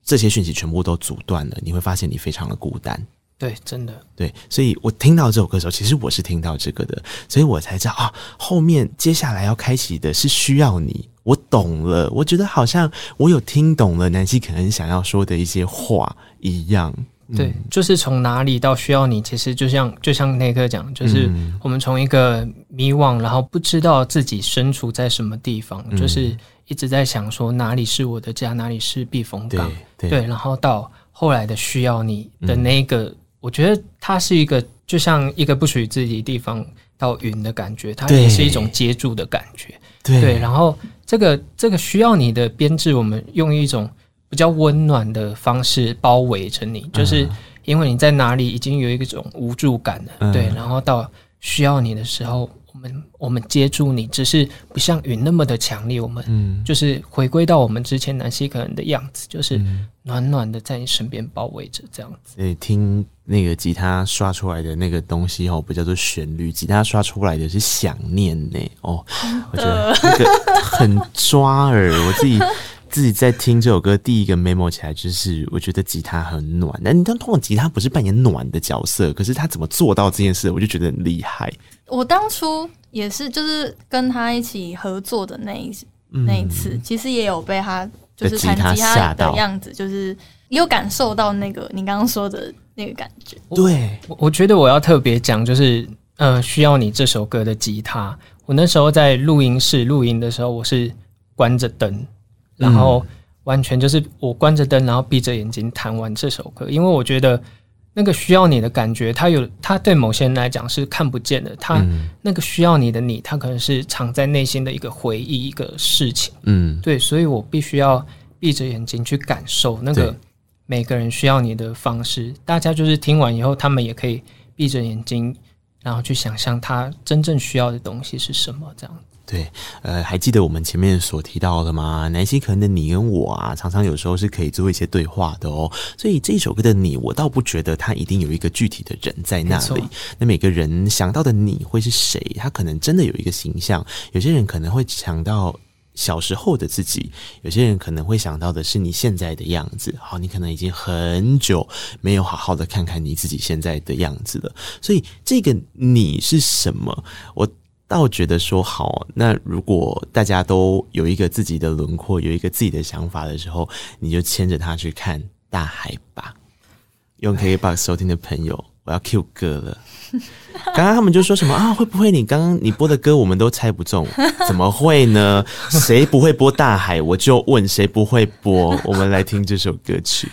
这些讯息全部都阻断了，你会发现你非常的孤单。 对，真的。 对，所以我听到这首歌的时候，其实我是听到这个的，所以我才知道啊，后面接下来要开启的是需要你。我懂了，我觉得好像我有听懂了南希可能想要说的一些话一样。 对，就是从哪里到需要你，其实就像那个讲，就是我们从一个迷惘，然后不知道自己身处在什么地方，就是一直在想说哪里是我的家，哪里是避风港，对，然后到后来的需要你的那个，我觉得它是一个就像一个不属于自己的地方到云的感觉，它也是一种接住的感觉，对，然后这个需要你的编制，我们用一种比较温暖的方式包围着你，就是因为你在哪里已经有一种无助感了，对，然后到需要你的时候，我们接住你，只是不像云那么的强烈，我们就是回归到我们之前南希可能的样子，就是暖暖的在你身边包围着这样子。 对，听那个吉他刷出来的那个东西不叫做旋律，吉他刷出来的是想念呢。我觉得那个很抓耳，我自己在听这首歌，第一个 memo 起来就是我觉得吉他很暖。那你通常吉他不是扮演暖的角色，可是他怎么做到这件事，我就觉得很厉害。 我当初也是，就是跟他一起合作的那一次，其实也有被他就是弹吉他的样子，就是也有感受到那个你刚刚说的那个感觉。 对， 我觉得我要特别讲，就是需要你这首歌的吉他，我那时候在录音室录音的时候，我是关着灯。然后完全就是我关着灯，然后闭着眼睛弹完这首歌，因为我觉得那个需要你的感觉，它对某些人来讲是看不见的，它那个需要你的你，它可能是藏在内心的一个回忆，一个事情，对，所以我必须要闭着眼睛去感受那个每个人需要你的方式。大家就是听完以后，他们也可以闭着眼睛，然后去想象他真正需要的东西是什么，这样子。 对，还记得我们前面所提到的吗？南希可能的你跟我常常有时候是可以做一些对话的哦。所以这一首歌的你，我倒不觉得他一定有一个具体的人在那里。那每个人想到的你会是谁？他可能真的有一个形象。有些人可能会想到小时候的自己，有些人可能会想到的是你现在的样子。好，你可能已经很久没有好好的看看你自己现在的样子了。所以这个你是什么？我倒觉得说好，那如果大家都有一个自己的轮廓，有一个自己的想法的时候，你就牵着他去看大海吧。用 KKBOX 收听的朋友，我要 Q 歌了。刚刚他们就说什么会不会你刚刚你播的歌我们都猜不中？怎么会呢？谁不会播大海？我就问谁不会播。我们来听这首歌曲。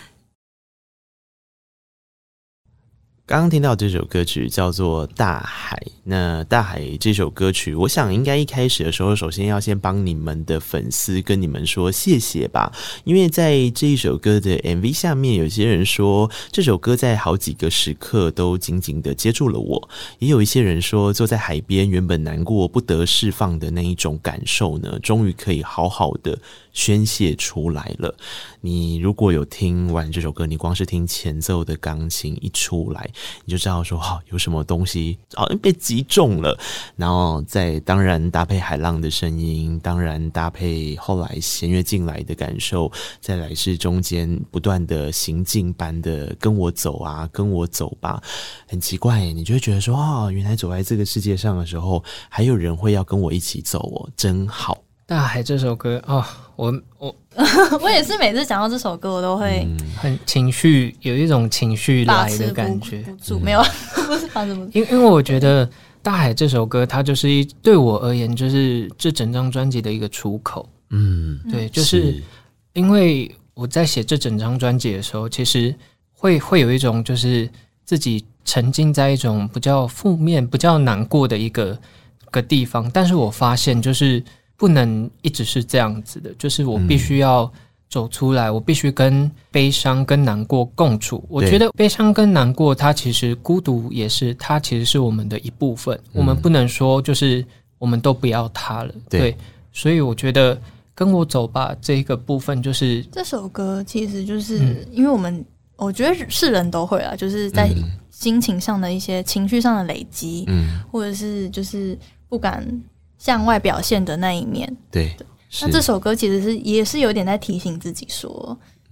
刚刚听到这首歌曲叫做《大海》，那《大海》这首歌曲，我想应该一开始的时候，首先要先帮你们的粉丝跟你们说谢谢吧，因为在这一首歌的 MV 下面，有些人说这首歌在好几个时刻都紧紧的接住了我，也有一些人说坐在海边原本难过不得释放的那一种感受呢，终于可以好好的宣泄出来了。你如果有听完这首歌，你光是听前奏的钢琴一出来，你就知道说有什么东西被击中了，然后再当然搭配海浪的声音，当然搭配后来弦乐进来的感受，再来是中间不断的行进般的跟我走跟我走吧，很奇怪你就会觉得说原来走在这个世界上的时候还有人会要跟我一起走真好。 大海这首歌我我也是每次讲到这首歌我都会很情绪，有一种情绪来的感觉。 不住没有不是把持不住， 因为我觉得大海这首歌它就是对我而言就是这整张专辑的一个出口。对，就是因为我在写这整张专辑的时候，其实会有一种就是自己沉浸在一种比较负面比较难过的一个地方，但是我发现就是不能一直是这样子的，就是我必须要走出来，我必须跟悲伤跟难过共处。我觉得悲伤跟难过它其实孤独也是，它其实是我们的一部分，我们不能说就是我们都不要它了。 对，所以我觉得跟我走吧这个部分就是这首歌其实就是因为我觉得是人都会啦，就是在心情上的一些情绪上的累积，或者是就是不敢向外表现的那一面。对，那这首歌其实也是有点在提醒自己说，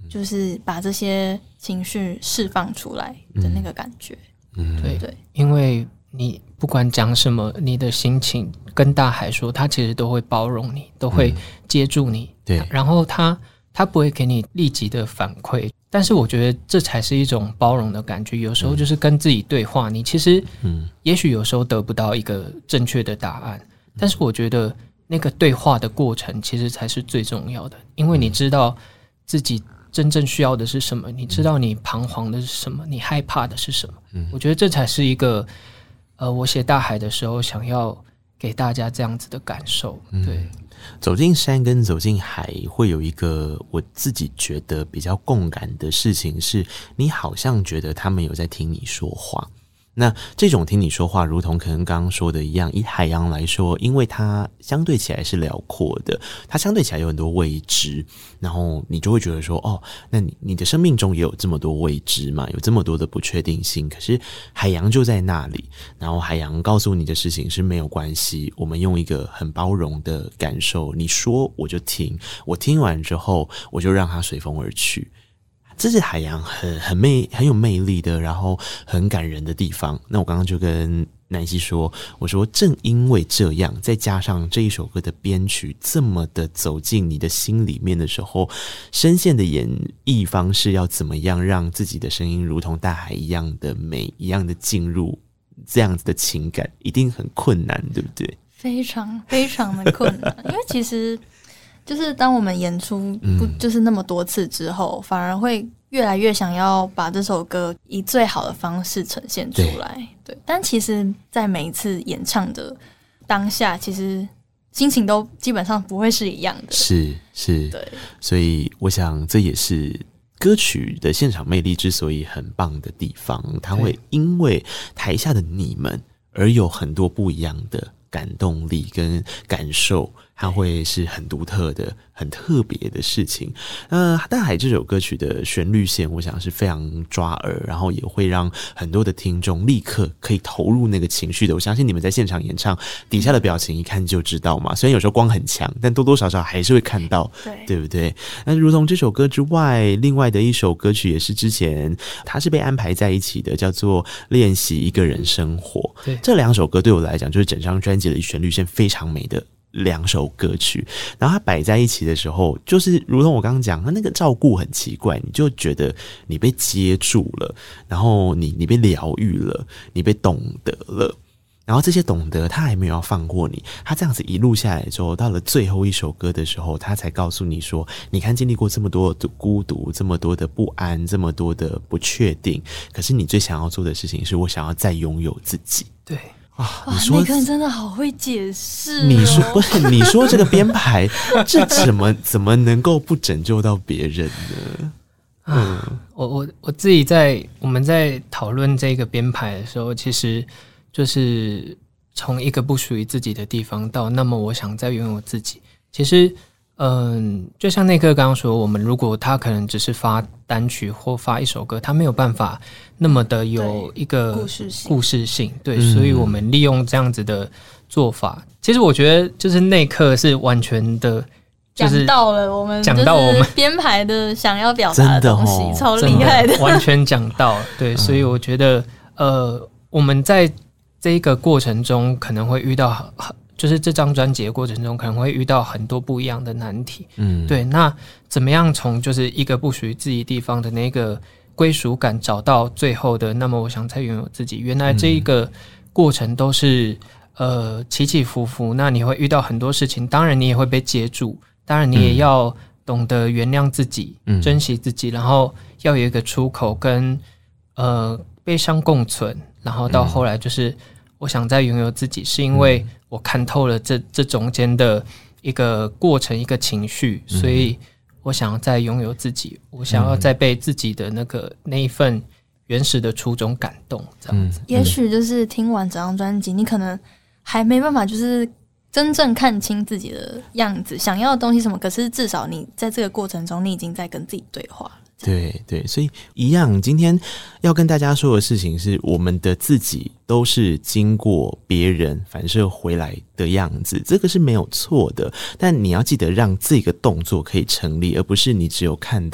就是把这些情绪释放出来的那个感觉。 对，因为你不管讲什么，你的心情跟大海说，他其实都会包容你，都会接住你。 对， 然后他不会给你立即的反馈，但是我觉得这才是一种包容的感觉。有时候就是跟自己对话，你其实也许有时候得不到一个正确的答案，但是我觉得那个对话的过程其实才是最重要的，因为你知道自己真正需要的是什么，你知道你彷徨的是什么，你害怕的是什么。我觉得这才是一个我写大海的时候想要给大家这样子的感受。对， 走进山跟走进海会有一个我自己觉得比较共感的事情是，你好像觉得他们有在听你说话。那这种听你说话，如同可能刚刚说的一样，以海洋来说，因为它相对起来是辽阔的，它相对起来有很多未知，然后你就会觉得说，哦，那你的生命中也有这么多未知嘛，有这么多的不确定性，可是海洋就在那里，然后海洋告诉你的事情是没有关系，我们用一个很包容的感受，你说我就听，我听完之后我就让它随风而去。这是海洋很有魅力的，然后很感人的地方。那我刚刚就跟南希说，我说正因为这样，再加上这一首歌的编曲这么的走进你的心里面的时候，声线的演绎方式要怎么样让自己的声音如同大海一样的美，一样的进入这样子的情感，一定很困难，对不对？ 非常非常的困难，因为其实就是当我们演出不就是那么多次之后，反而会越来越想要把这首歌以最好的方式呈现出来。对，但其实在每一次演唱的当下，其实心情都基本上不会是一样的。是， 对，所以我想这也是歌曲的现场魅力之所以很棒的地方，它会因为台下的你们而有很多不一样的感动力跟感受，它会是很独特的、很特别的事情。大海这首歌曲的旋律线，我想是非常抓耳，然后也会让很多的听众立刻可以投入那个情绪的。我相信你们在现场演唱，底下的表情一看就知道嘛。虽然有时候光很强，但多多少少还是会看到，对不对？那如同这首歌之外，另外的一首歌曲也是之前它是被安排在一起的，叫做《练习一个人生活》。这两首歌对我来讲，就是整张专辑的旋律线非常美的两首歌曲，然后它摆在一起的时候，就是如同我刚刚讲，它那个照顾很奇怪，你就觉得你被接住了，然后你被疗愈了，你被懂得了，然后这些懂得他还没有要放过你，他这样子一路下来之后，到了最后一首歌的时候，他才告诉你说，你看经历过这么多的孤独，这么多的不安，这么多的不确定，可是你最想要做的事情是我想要再拥有自己。 对。 哇，那个人真的好会解释。 你说不是？你说这个编排，这怎么能够不拯救到别人呢？ 我自己我们在讨论这个编排的时候，其实就是从一个不属于自己的地方到那么我想再拥有自己。其实，就像内克刚刚说，我们如果他可能只是发单曲或发一首歌，他没有办法那么的有一个故事性，对，所以我们利用这样子的做法。其实我觉得就是内克是完全的，就是讲到了我们编排的想要表达的东西，超厉害的， 完全讲到。对，所以我觉得我们在这个过程中可能会遇到就是这张专辑的过程中可能会遇到很多不一样的难题。对，那怎么样从就是一个不属于自己地方的那个归属感找到最后的那么我想再拥有自己，原来这一个过程都是起起伏伏，那你会遇到很多事情，当然你也会被接住，当然你也要懂得原谅自己，珍惜自己，然后要有一个出口跟悲伤共存，然后到后来就是我想再拥有自己，是因为我看透了这中间的一个过程，一个情绪，所以我想要再拥有自己，我想要再被自己的那一份原始的初衷感动，这样子。 也许就是听完整张专辑，你可能还没办法就是真正看清自己的样子，想要的东西什么，可是至少你在这个过程中，你已经在跟自己对话了。 对对，所以一样，今天要跟大家说的事情是，我们的自己都是经过别人反射回来的样子，这个是没有错的。但你要记得让这个动作可以成立，而不是你只有看到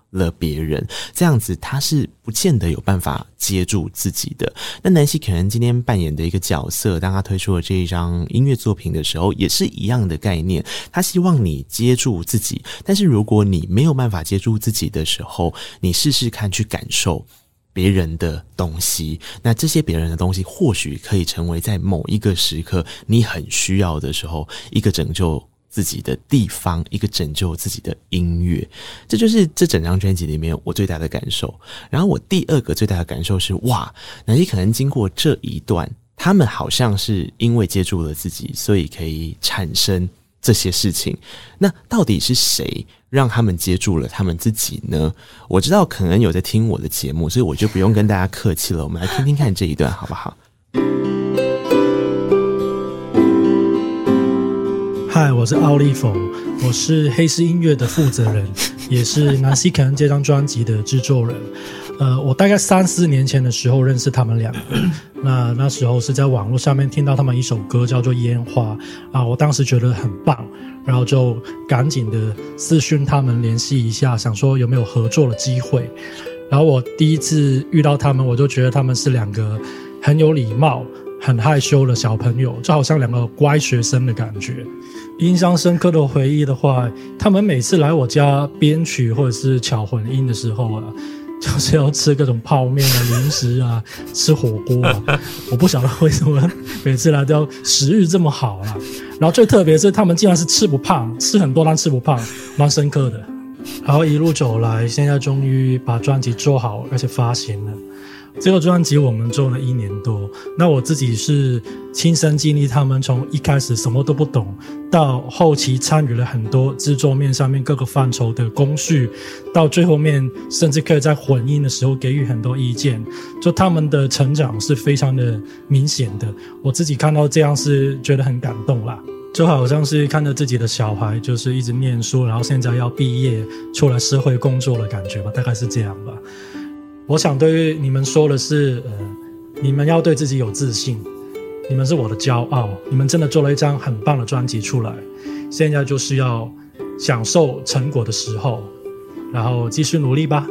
了别人，这样子他是不见得有办法接住自己的。那南希可能今天扮演的一个角色，当他推出了这一张音乐作品的时候，也是一样的概念，他希望你接住自己，但是如果你没有办法接住自己的时候，你试试看去感受别人的东西，那这些别人的东西或许可以成为在某一个时刻你很需要的时候一个拯救自己的地方，一个拯救自己的音乐。这就是这整张专辑里面我最大的感受。然后我第二个最大的感受是，哇，南希可能经过这一段，他们好像是因为接住了自己，所以可以产生这些事情。那到底是谁让他们接住了他们自己呢？我知道可能有在听我的节目，所以我就不用跟大家客气了，我们来听听看这一段好不好？ 嗨，我是奥利弗，我是黑市音乐的负责人，也是南希肯恩这张专辑的制作人。我大概3-4年前的时候认识他们两个，那时候是在网络上面听到他们一首歌叫做《烟花》啊，我当时觉得很棒，然后就赶紧的私讯他们联系一下，想说有没有合作的机会。然后我第一次遇到他们，我就觉得他们是两个很有礼貌、很害羞的小朋友，就好像两个乖学生的感觉。印象深刻的回忆的话，他们每次来我家编曲或者是巧混音的时候啊，就是要吃各种泡面啊、零食啊、吃火锅啊。我不晓得为什么每次来都要食欲这么好啊。然后最特别是他们竟然是吃不胖，吃很多但吃不胖，蛮深刻的。然后一路走来，现在终于把专辑做好，而且发行了。这个专辑我们做了1年多，那我自己是亲身经历他们从一开始什么都不懂，到后期参与了很多制作面上面各个范畴的工序，到最后面甚至可以在混音的时候给予很多意见，就他们的成长是非常的明显的。我自己看到这样是觉得很感动啦，就好像是看着自己的小孩就是一直念书，然后现在要毕业出来社会工作的感觉吧，大概是这样吧。我想对于你们说的是，你们要对自己有自信，你们是我的骄傲，你们真的做了一张很棒的专辑出来，现在就是要享受成果的时候，然后继续努力吧。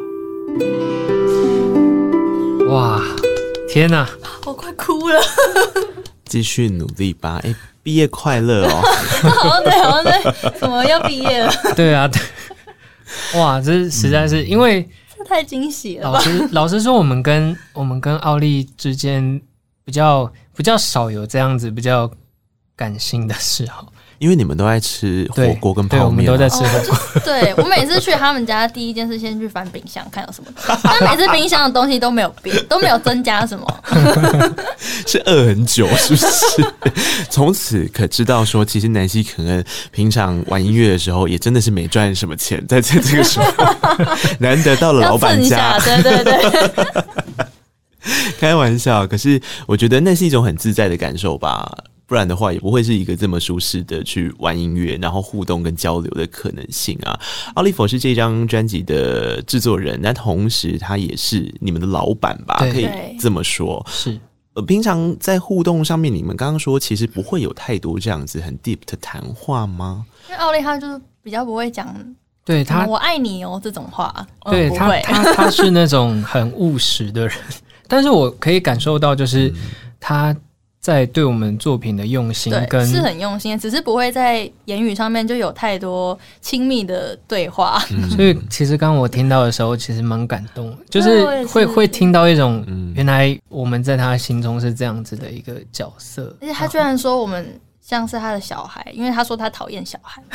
哇，天哪， 我快哭了。 继续努力吧，毕业快乐哦！ 好像对，什么要毕业了？ 对啊，对，哇，这实在是因为。 太惊喜了吧！ 老实说，我们跟奥利之间比较少有这样子比较感性的嗜好， 因为你们都在吃火锅跟泡面， 对，我们都在吃火锅。 对，我每次去他们家，第一件事先去翻冰箱看有什么，但每次冰箱的东西都没有变，都没有增加什么。 是饿很久是不是？从此可知道说，其实南希可能平常玩音乐的时候也真的是没赚什么钱，在这个时候难得到了老板家， 对对对。 开玩笑，可是我觉得那是一种很自在的感受吧，不然的话也不会是一个这么舒适的去玩音乐然后互动跟交流的可能性啊。奥利弗是这张专辑的制作人，但同时他也是你们的老板吧，可以这么说。 是平常在互动上面，你们刚刚说其实不会有太多这样子很 deep 的谈话吗？ 因为奥利他就是比较不会讲， 对他我爱你哦这种话， 对他是那种很务实的人，但是我可以感受到就是他在对我们作品的用心跟是很用心，只是不会在言语上面就有太多亲密的对话。 所以其实刚刚我听到的时候其实蛮感动的，就是会听到一种原来我们在他心中是这样子的一个角色， 而且他居然说我们像是他的小孩，因为他说他讨厌小孩。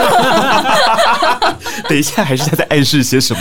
等一下，还是他在暗示些什么？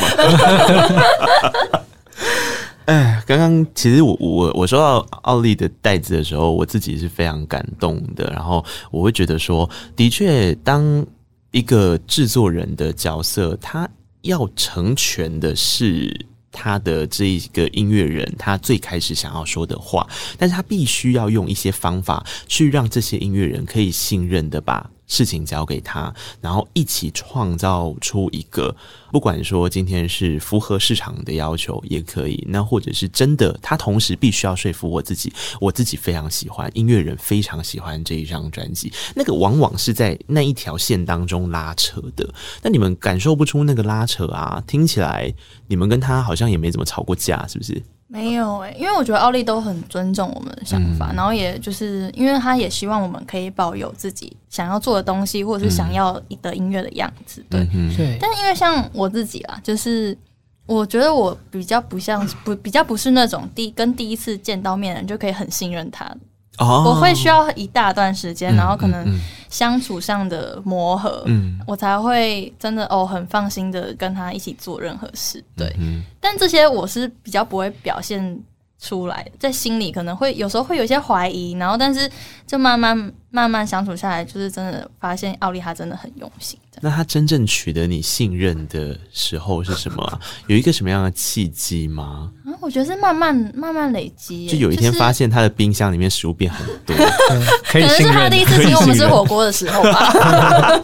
刚刚其实我收到奥利的袋子的时候，我自己是非常感动的。然后我会觉得说，的确，当一个制作人的角色，他要成全的是他的这一个音乐人他最开始想要说的话，但是他必须要用一些方法去让这些音乐人可以信任的把事情交给他，然后一起创造出一个，不管说今天是符合市场的要求也可以，那或者是真的他同时必须要说服我自己非常喜欢，音乐人非常喜欢这一张专辑，那个往往是在那一条线当中拉扯的。那你们感受不出那个拉扯啊？听起来你们跟他好像也没怎么吵过架，是不是？ 没有因为我觉得奥利都很尊重我们的想法，然后也就是因为他也希望我们可以保有自己想要做的东西，或者是想要的音乐的样子，对。但因为像我自己啦，就是我觉得我比较不是那种跟第一次见到面的人就可以很信任他的。我会需要一大段时间，然后可能相处上的磨合，我才会真的很放心的跟他一起做任何事，对。但这些我是比较不会表现出来的，在心里可能会有时候会有一些怀疑，然后但是就慢慢相处下来，就是真的发现奥利他真的很用心。 那他真正取得你信任的时候是什么啊？有一个什么样的契机吗？ 我觉得是慢慢累积， 就有一天发现他的冰箱里面食物变很多， 可以信任， 可能是他第一次请我们吃火锅的时候吧。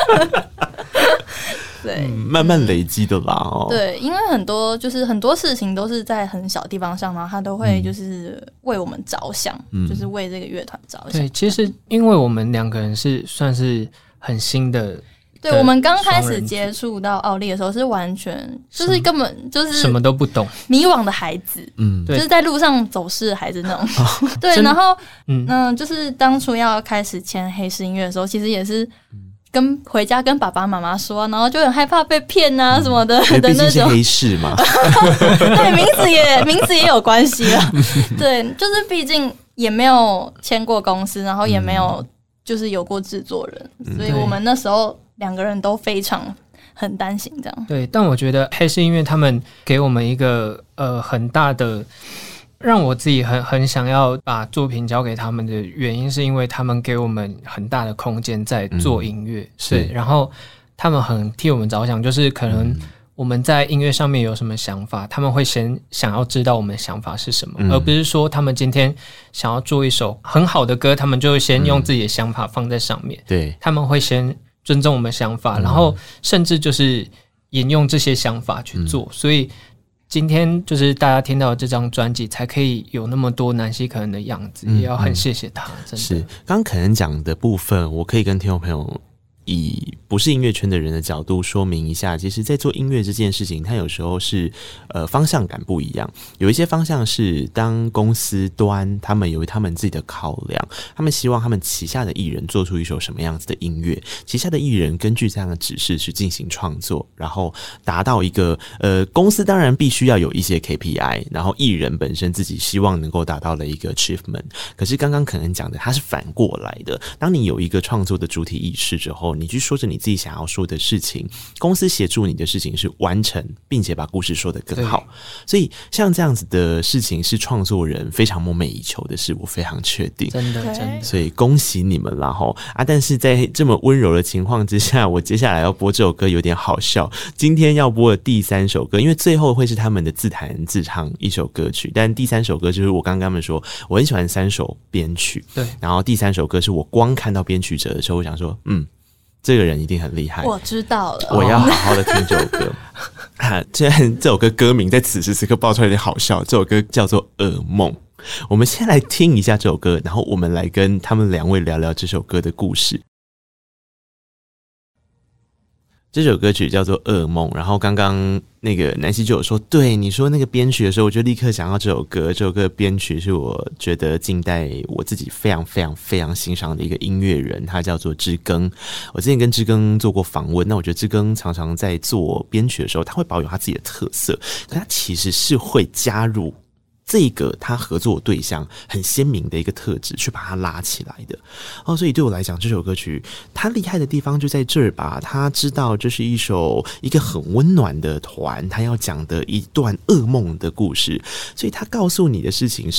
对， 慢慢累积的啦。 对，因为很多事情都是在很小地方上，然后他都会就是为我们着想，就是为这个乐团着想。 对，其实因为我们两个人是算是很新的。 对，我们刚开始接触到奥利的时候，是完全就是根本就是什么都不懂、 迷惘的孩子，就是在路上走失的孩子那种。对，然后就是当初要开始签黑市音乐的时候，其实也是回家跟爸爸妈妈说，然后就很害怕被骗啊什么的的那种。毕竟是黑市嘛， 对，名字也有关系啦。对，就是毕竟也没有签过公司，然后也没有就是有过制作人，所以我们那时候两个人都很担心这样。 对，但我觉得黑市音乐他们给我们一个很大的，让我自己很想要把作品交给他们的原因，是因为他们给我们很大的空间在做音乐，对，然后他们很替我们着想，就是可能我们在音乐上面有什么想法，他们会先想要知道我们的想法是什么，而不是说他们今天想要做一首很好的歌，他们就会先用自己的想法放在上面， 对， 他们会先尊重我们的想法，然后甚至就是沿用这些想法去做，所以今天就是大家听到的这张专辑才可以有那么多南希可恩的样子，也要很谢谢他。真的是刚可能讲的部分，我可以跟听众朋友以不是音乐圈的人的角度说明一下，其实在做音乐这件事情，它有时候是方向感不一样。有一些方向是当公司端他们有他们自己的考量，他们希望他们旗下的艺人做出一首什么样子的音乐，旗下的艺人根据这样的指示去进行创作，然后达到一个公司当然必须要有一些 KPI， 然后艺人本身自己希望能够达到的一个 achievement。可是刚刚可能讲的它是反过来的，当你有一个创作的主体意识之后，你去说着你自己想要说的事情，公司协助你的事情是完成并且把故事说得更好。所以像这样子的事情是创作人非常梦寐以求的事，我非常确定， 真的。 所以恭喜你们啦齁啊！但是在这么温柔的情况之下，我接下来要播这首歌有点好笑。今天要播的第3首歌，因为最后会是他们的自弹自唱一首歌曲，但第3首歌就是我刚刚他们说我很喜欢3首编曲，对，然后第3首歌是我光看到编曲者的时候，我想说这个人一定很厉害， 我知道了， 我要好好的听这首歌。虽然这首歌歌名在此时此刻爆出来有点好笑，这首歌叫做《噩梦》。我们先来听一下这首歌，然后我们来跟他们2位聊聊这首歌的故事。这首歌曲叫做《噩梦》，然后刚刚那个南希就有说，对你说那个编曲的时候，我就立刻想到这首歌。这首歌的编曲是我觉得近代我自己非常非常非常欣赏的一个音乐人，他叫做知更。我之前跟知更做过访问，那我觉得知更常常在做编曲的时候，他会保有他自己的特色，可他其实是会加入这个他合作对象很鲜明的一个特质去把它拉起来的所以对我来讲，这首歌曲他厉害的地方就在这儿吧。他知道这是一个很温暖的团，他要讲的一段噩梦的故事，所以他告诉你的事情是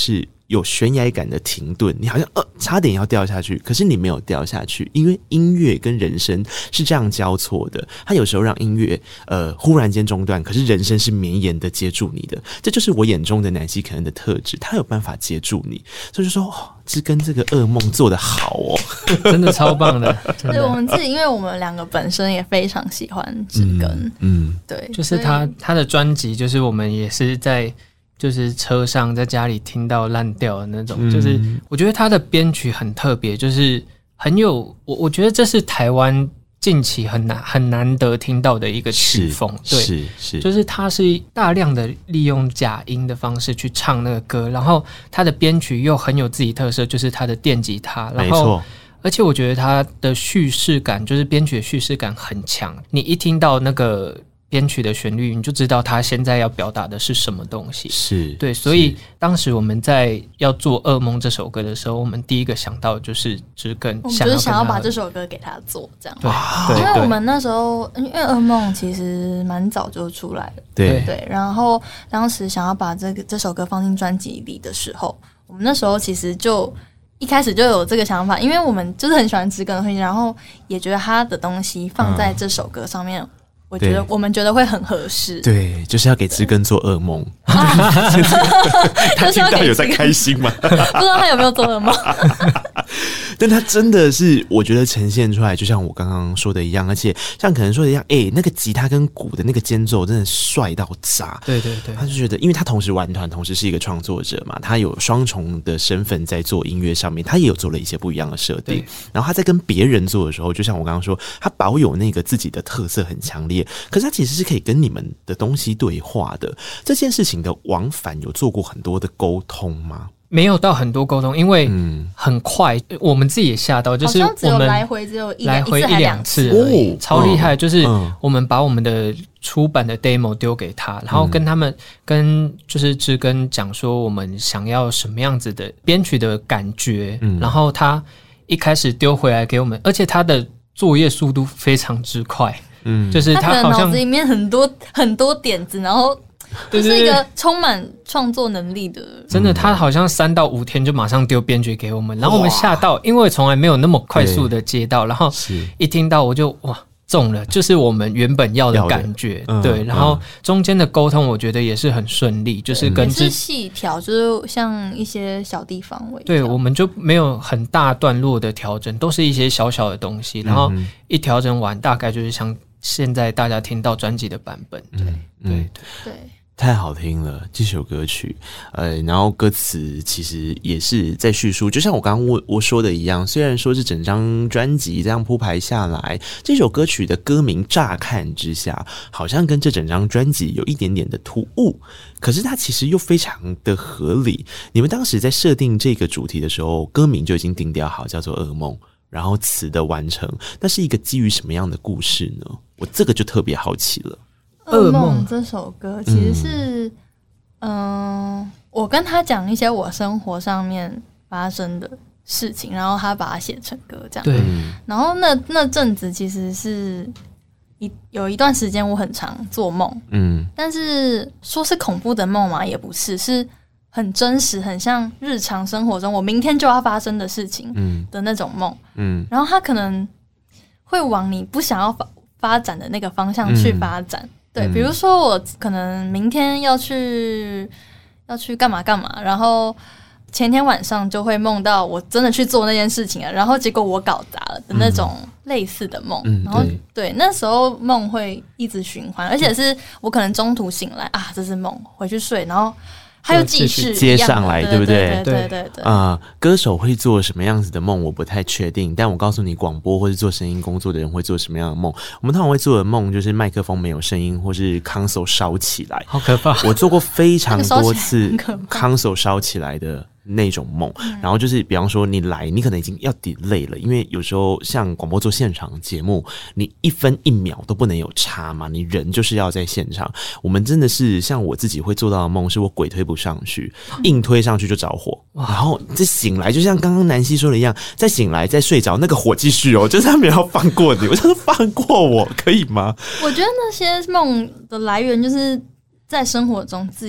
有悬崖感的停顿，你好像差点要掉下去，可是你没有掉下去，因为音乐跟人生是这样交错的，它有时候让音乐忽然间中断，可是人生是绵延的接住你的，这就是我眼中的南希肯恩的特质，他有办法接住你，所以就说知根这个噩梦做得好哦， 真的超棒的。 对，我们自己，因为我们两个本身也非常喜欢知根，对， 就是他的专辑，就是我们也是在就是车上在家里听到烂掉的那种，就是我觉得他的编曲很特别，就是很有我觉得这是台湾近期很难得听到的一个曲风，对，是，就是他是大量的利用假音的方式去唱那个歌，然后他的编曲又很有自己特色，就是他的电吉他，然后而且我觉得他的叙事感，就是编曲的叙事感很强，你一听到那个编曲的旋律，你就知道他现在要表达的是什么东西。是对，所以当时我们在要做《噩梦》这首歌的时候，我们第一个想到就是知根， 我们就是想要把这首歌给他做这样。对，因为我们那时候因为《噩梦》其实蛮早就出来了，对，然后当时想要把这首歌放进专辑里的时候，我们那时候其实就一开始就有这个想法，因为我们就是很喜欢知根的东西，然后也觉得他的东西放在这首歌上面。我们觉得会很合适， 对，就是要给知根做噩梦。他听到有在开心吗？ 不知道他有没有做噩梦。 但他真的是，我觉得呈现出来，就像我刚刚说的一样，而且像可能说的一样，那个吉他跟鼓的那个间奏真的帅到炸。对，他就觉得，因为他同时玩团，同时是一个创作者嘛，他有双重的身份在做音乐上面，他也有做了一些不一样的设定。然后他在跟别人做的时候，就像我刚刚说，他保有那个自己的特色很强烈，可是他其实是可以跟你们的东西对话的。这件事情的往返有做过很多的沟通吗？ 没有到很多沟通，因为很快，我们自己也吓到，就是我们来回只有一两次而已，超厉害。就是我们把我们的出版的 demo 丢给他，然后跟他们就是知根讲说我们想要什么样子的编曲的感觉，然后他一开始丢回来给我们，而且他的作业速度非常之快，就是他好像脑子里面很多点子，然后就是一个充满创作能力的， 真的，他好像3到5天就马上丢编曲给我们，然后我们吓到，因为从来没有那么快速的接到，然后一听到我就中了，就是我们原本要的感觉，对，然后中间的沟通我觉得也是很顺利，就是跟也是细调，就是像一些小地方微调， 对，我们就没有很大段落的调整，都是一些小小的东西，然后一调整完，大概就是像现在大家听到专辑的版本，对。 太好听了这首歌曲，然后歌词其实也是在叙述，就像我刚刚我说的一样，虽然说是整张专辑这样铺排下来，这首歌曲的歌名乍看之下好像跟这整张专辑有一点点的突兀，可是它其实又非常的合理。你们当时在设定这个主题的时候，歌名就已经定调好，叫做噩梦，然后词的完成，那是一个基于什么样的故事呢？我这个就特别好奇了。 噩梦这首歌其实是我跟他讲一些我生活上面发生的事情，然后他把它写成歌这样。对，然后那阵子其实是有一段时间我很常做梦，但是说是恐怖的梦嘛，也不是，是很真实，很像日常生活中我明天就要发生的事情的那种梦。然后他可能会往你不想要发展的那个方向去发展。对，比如说我可能明天要去干嘛，然后前天晚上就会梦到我真的去做那件事情了，然后结果我搞砸了的那种类似的梦。然后对，那时候梦会一直循环，而且是我可能中途醒来啊，这是梦，回去睡，然后还有继续接上来，对不对？ 对。 歌手会做什么样子的梦，我不太确定。但我告诉你，广播或是做声音工作的人会做什么样的梦。我们通常会做的梦就是麦克风没有声音，或是 console 烧起来， 好可怕！ 我做过非常多次 console 烧起来的那种梦，然后就是比方说你来，你可能已经要 delay 了，因为有时候像广播做现场节目，你1分1秒都不能有差嘛，你人就是要在现场。我们真的是像我自己会做到的梦，是我鬼推不上去，硬推上去就着火，然后再醒来，就像刚刚南希说的一样，再醒来再睡着，那个火继续哦，就是他没有要放过你，我想说放过我可以吗？ 我觉得那些梦的来源就是在生活中自己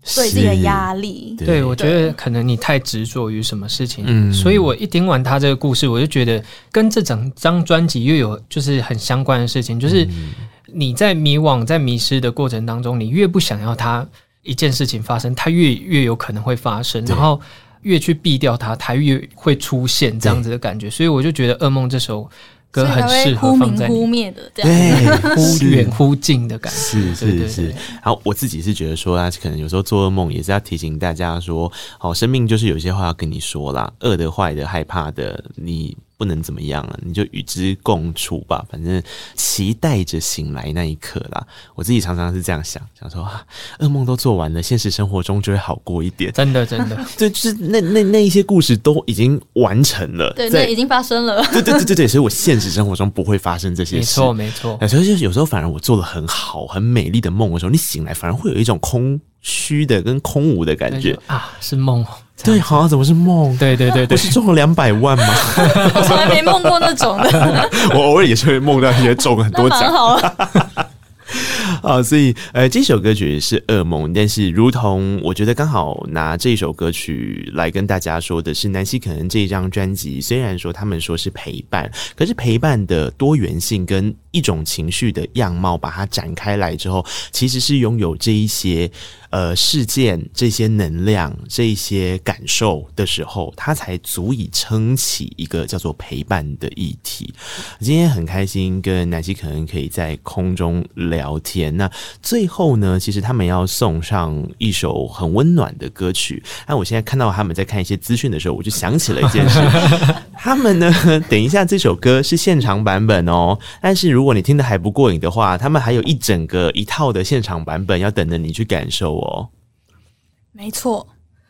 对自己的压力。 对，我觉得可能你太执着于什么事情，所以我一听完他这个故事，我就觉得跟这整张专辑又有就是很相关的事情，就是你在迷惘、在迷失的过程当中，你越不想要它一件事情发生，它越有可能会发生，然后越去避掉它，它越会出现这样子的感觉。所以我就觉得《噩梦》这首歌很适合放在忽灭的这样， 对，忽远忽近的感觉， 是。然后我自己是觉得说啊，可能有时候做噩梦也是要提醒大家说，生命就是有些话要跟你说啦，恶的、坏的、害怕的，你不能怎么样了，你就与之共处吧。反正期待着醒来那一刻啦。我自己常常是这样想说噩梦都做完了，现实生活中就会好过一点。 真的， 对，就是那一些故事都已经完成了， 对，那已经发生了。 对，所以我现实生活中不会发生这些事。 没错。 所以有时候反而我做了很好、很美丽的梦的时候，你醒来反而会有一种空虚的跟空无的感觉啊，是梦。 对，好像怎么是梦？对，我是中了200万吗？ 我从来没梦过那种的。 我偶尔也是会梦到一些中很多奖。 那蛮好了。 所以这首歌曲是噩梦，但是如同我觉得刚好拿这首歌曲来跟大家说的是，南希可能这一张专辑虽然说他们说是陪伴，可是陪伴的多元性跟一种情绪的样貌把它展开来之后，其实是拥有这一些事件、这些能量、这一些感受的时候，它才足以撑起一个叫做陪伴的议题。今天很开心跟南希可能可以在空中聊天。那最后呢，其实他们要送上一首很温暖的歌曲。那我现在看到他们在看一些资讯的时候，我就想起了一件事。他们呢，等一下这首歌是现场版本哦，但是如果你听得还不过瘾的话，他们还有一套的现场版本要等着你去感受哦。 没错。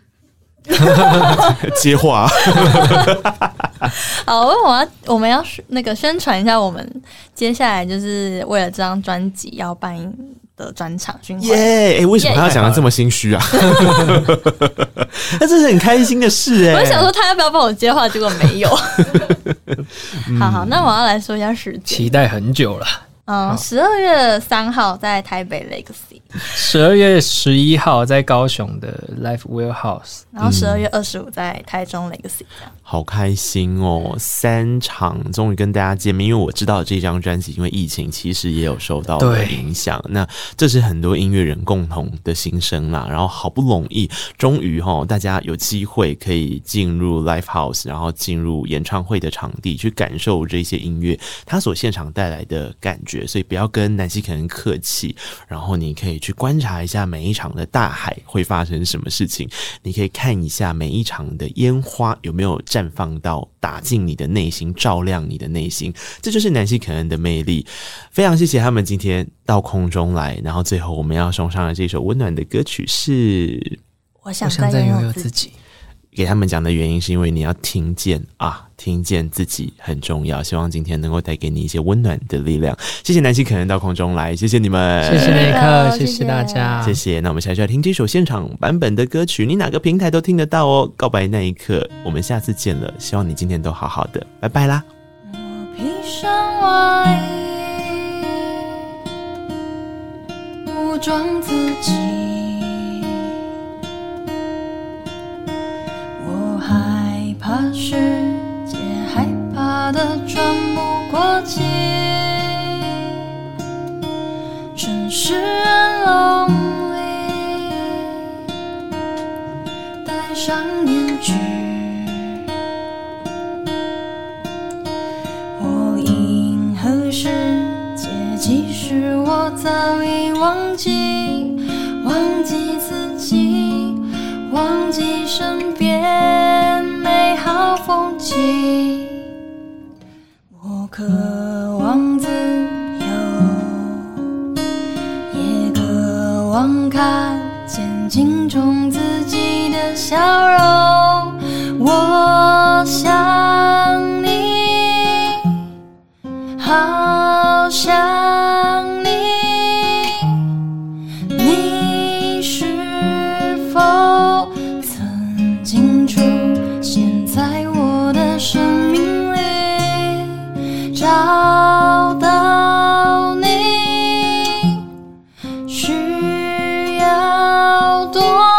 接话。 好，我们要那个宣传一下，我们接下来就是为了这张专辑要办的专场巡回。 耶！为什么他要讲得这么心虚啊？那这是很开心的事哎。 我想说他要不要帮我接话，结果没有。好，那我要来说一下时间， 期待很久了。 12月3号在台北 Legacy，12 月11号在高雄的 Life Warehouse， 然后12月25在台中 Legacy。 好开心哦！3场终于跟大家见面，因为我知道这张专辑因为疫情其实也有受到的影响，那这是很多音乐人共同的心声啦。然后好不容易，终于大家有机会可以进入 Live House， 然后进入演唱会的场地去感受这些音乐它所现场带来的感觉。所以不要跟南希可能客气，然后你可以去观察一下每一场的大海会发生什么事情，你可以看一下每一场的烟花有没有绽放到打进你的内心，照亮你的内心，这就是南希可能的魅力。非常谢谢他们今天到空中来，然后最后我们要送上的这首温暖的歌曲是我想再拥有自己。 给他们讲的原因是因为你要听见自己很重要，希望今天能够带给你一些温暖的力量。谢谢南希可能到空中来，谢谢你们， 谢谢那一刻，谢谢大家， 谢谢。那我们下期要听这首现场版本的歌曲，你哪个平台都听得到哦。告白那一刻，我们下次见了，希望你今天都好好的，拜拜啦。 我披上外衣，武装自己，我害怕世界害怕的喘不过气，城市人lonely，戴上面具，我银河世界其实我早已忘记，忘记自己，忘记身边美好风景，我渴望自由，也渴望看见镜中自己的笑容。我想你，好想你，你是否曾经出现在我的生命里？找到你需要多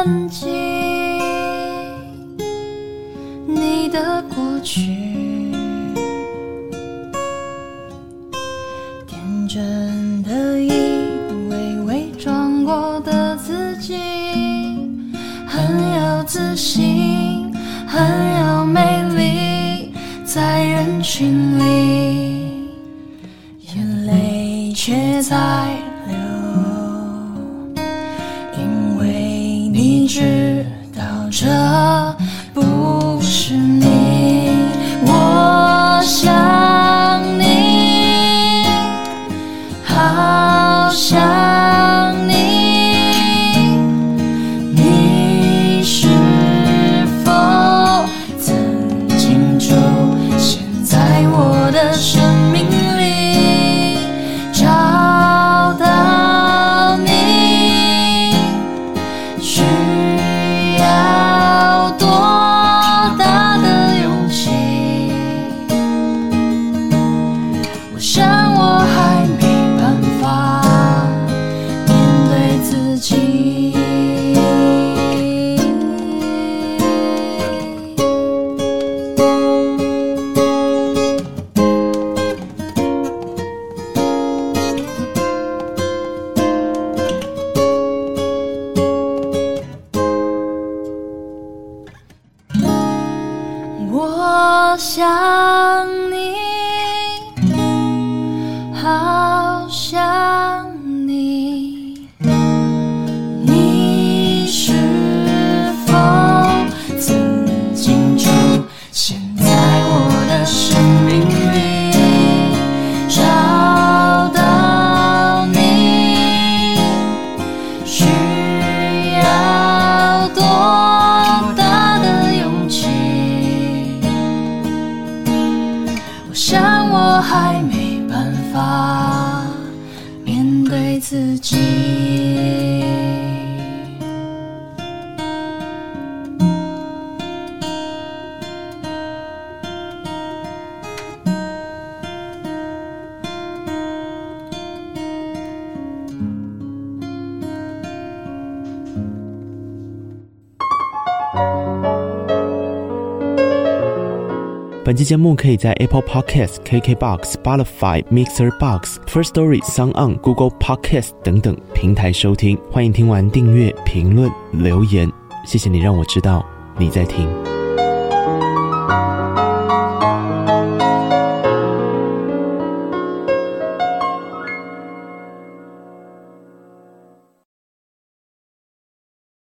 曾经，你的过去，天真的以为伪装过的自己很有自信，很有魅力，在人群里眼泪却在流，因为你知道这不是你。我想你，好想你，你是否曾经出现在我的生命里，找到你需要多大的勇气？我想我还没办法面对自己。我想你，好想你，你是否曾经出现在我的生命里，找到你需要多大的勇气？我想我还没办法面对自己。 本期节目可以在 Apple Podcast、KKBOX、Spotify、Mixer Box、Firstory、SoundOn、Google Podcast 等等平台收听。欢迎听完订阅、评论、留言，谢谢你让我知道你在听。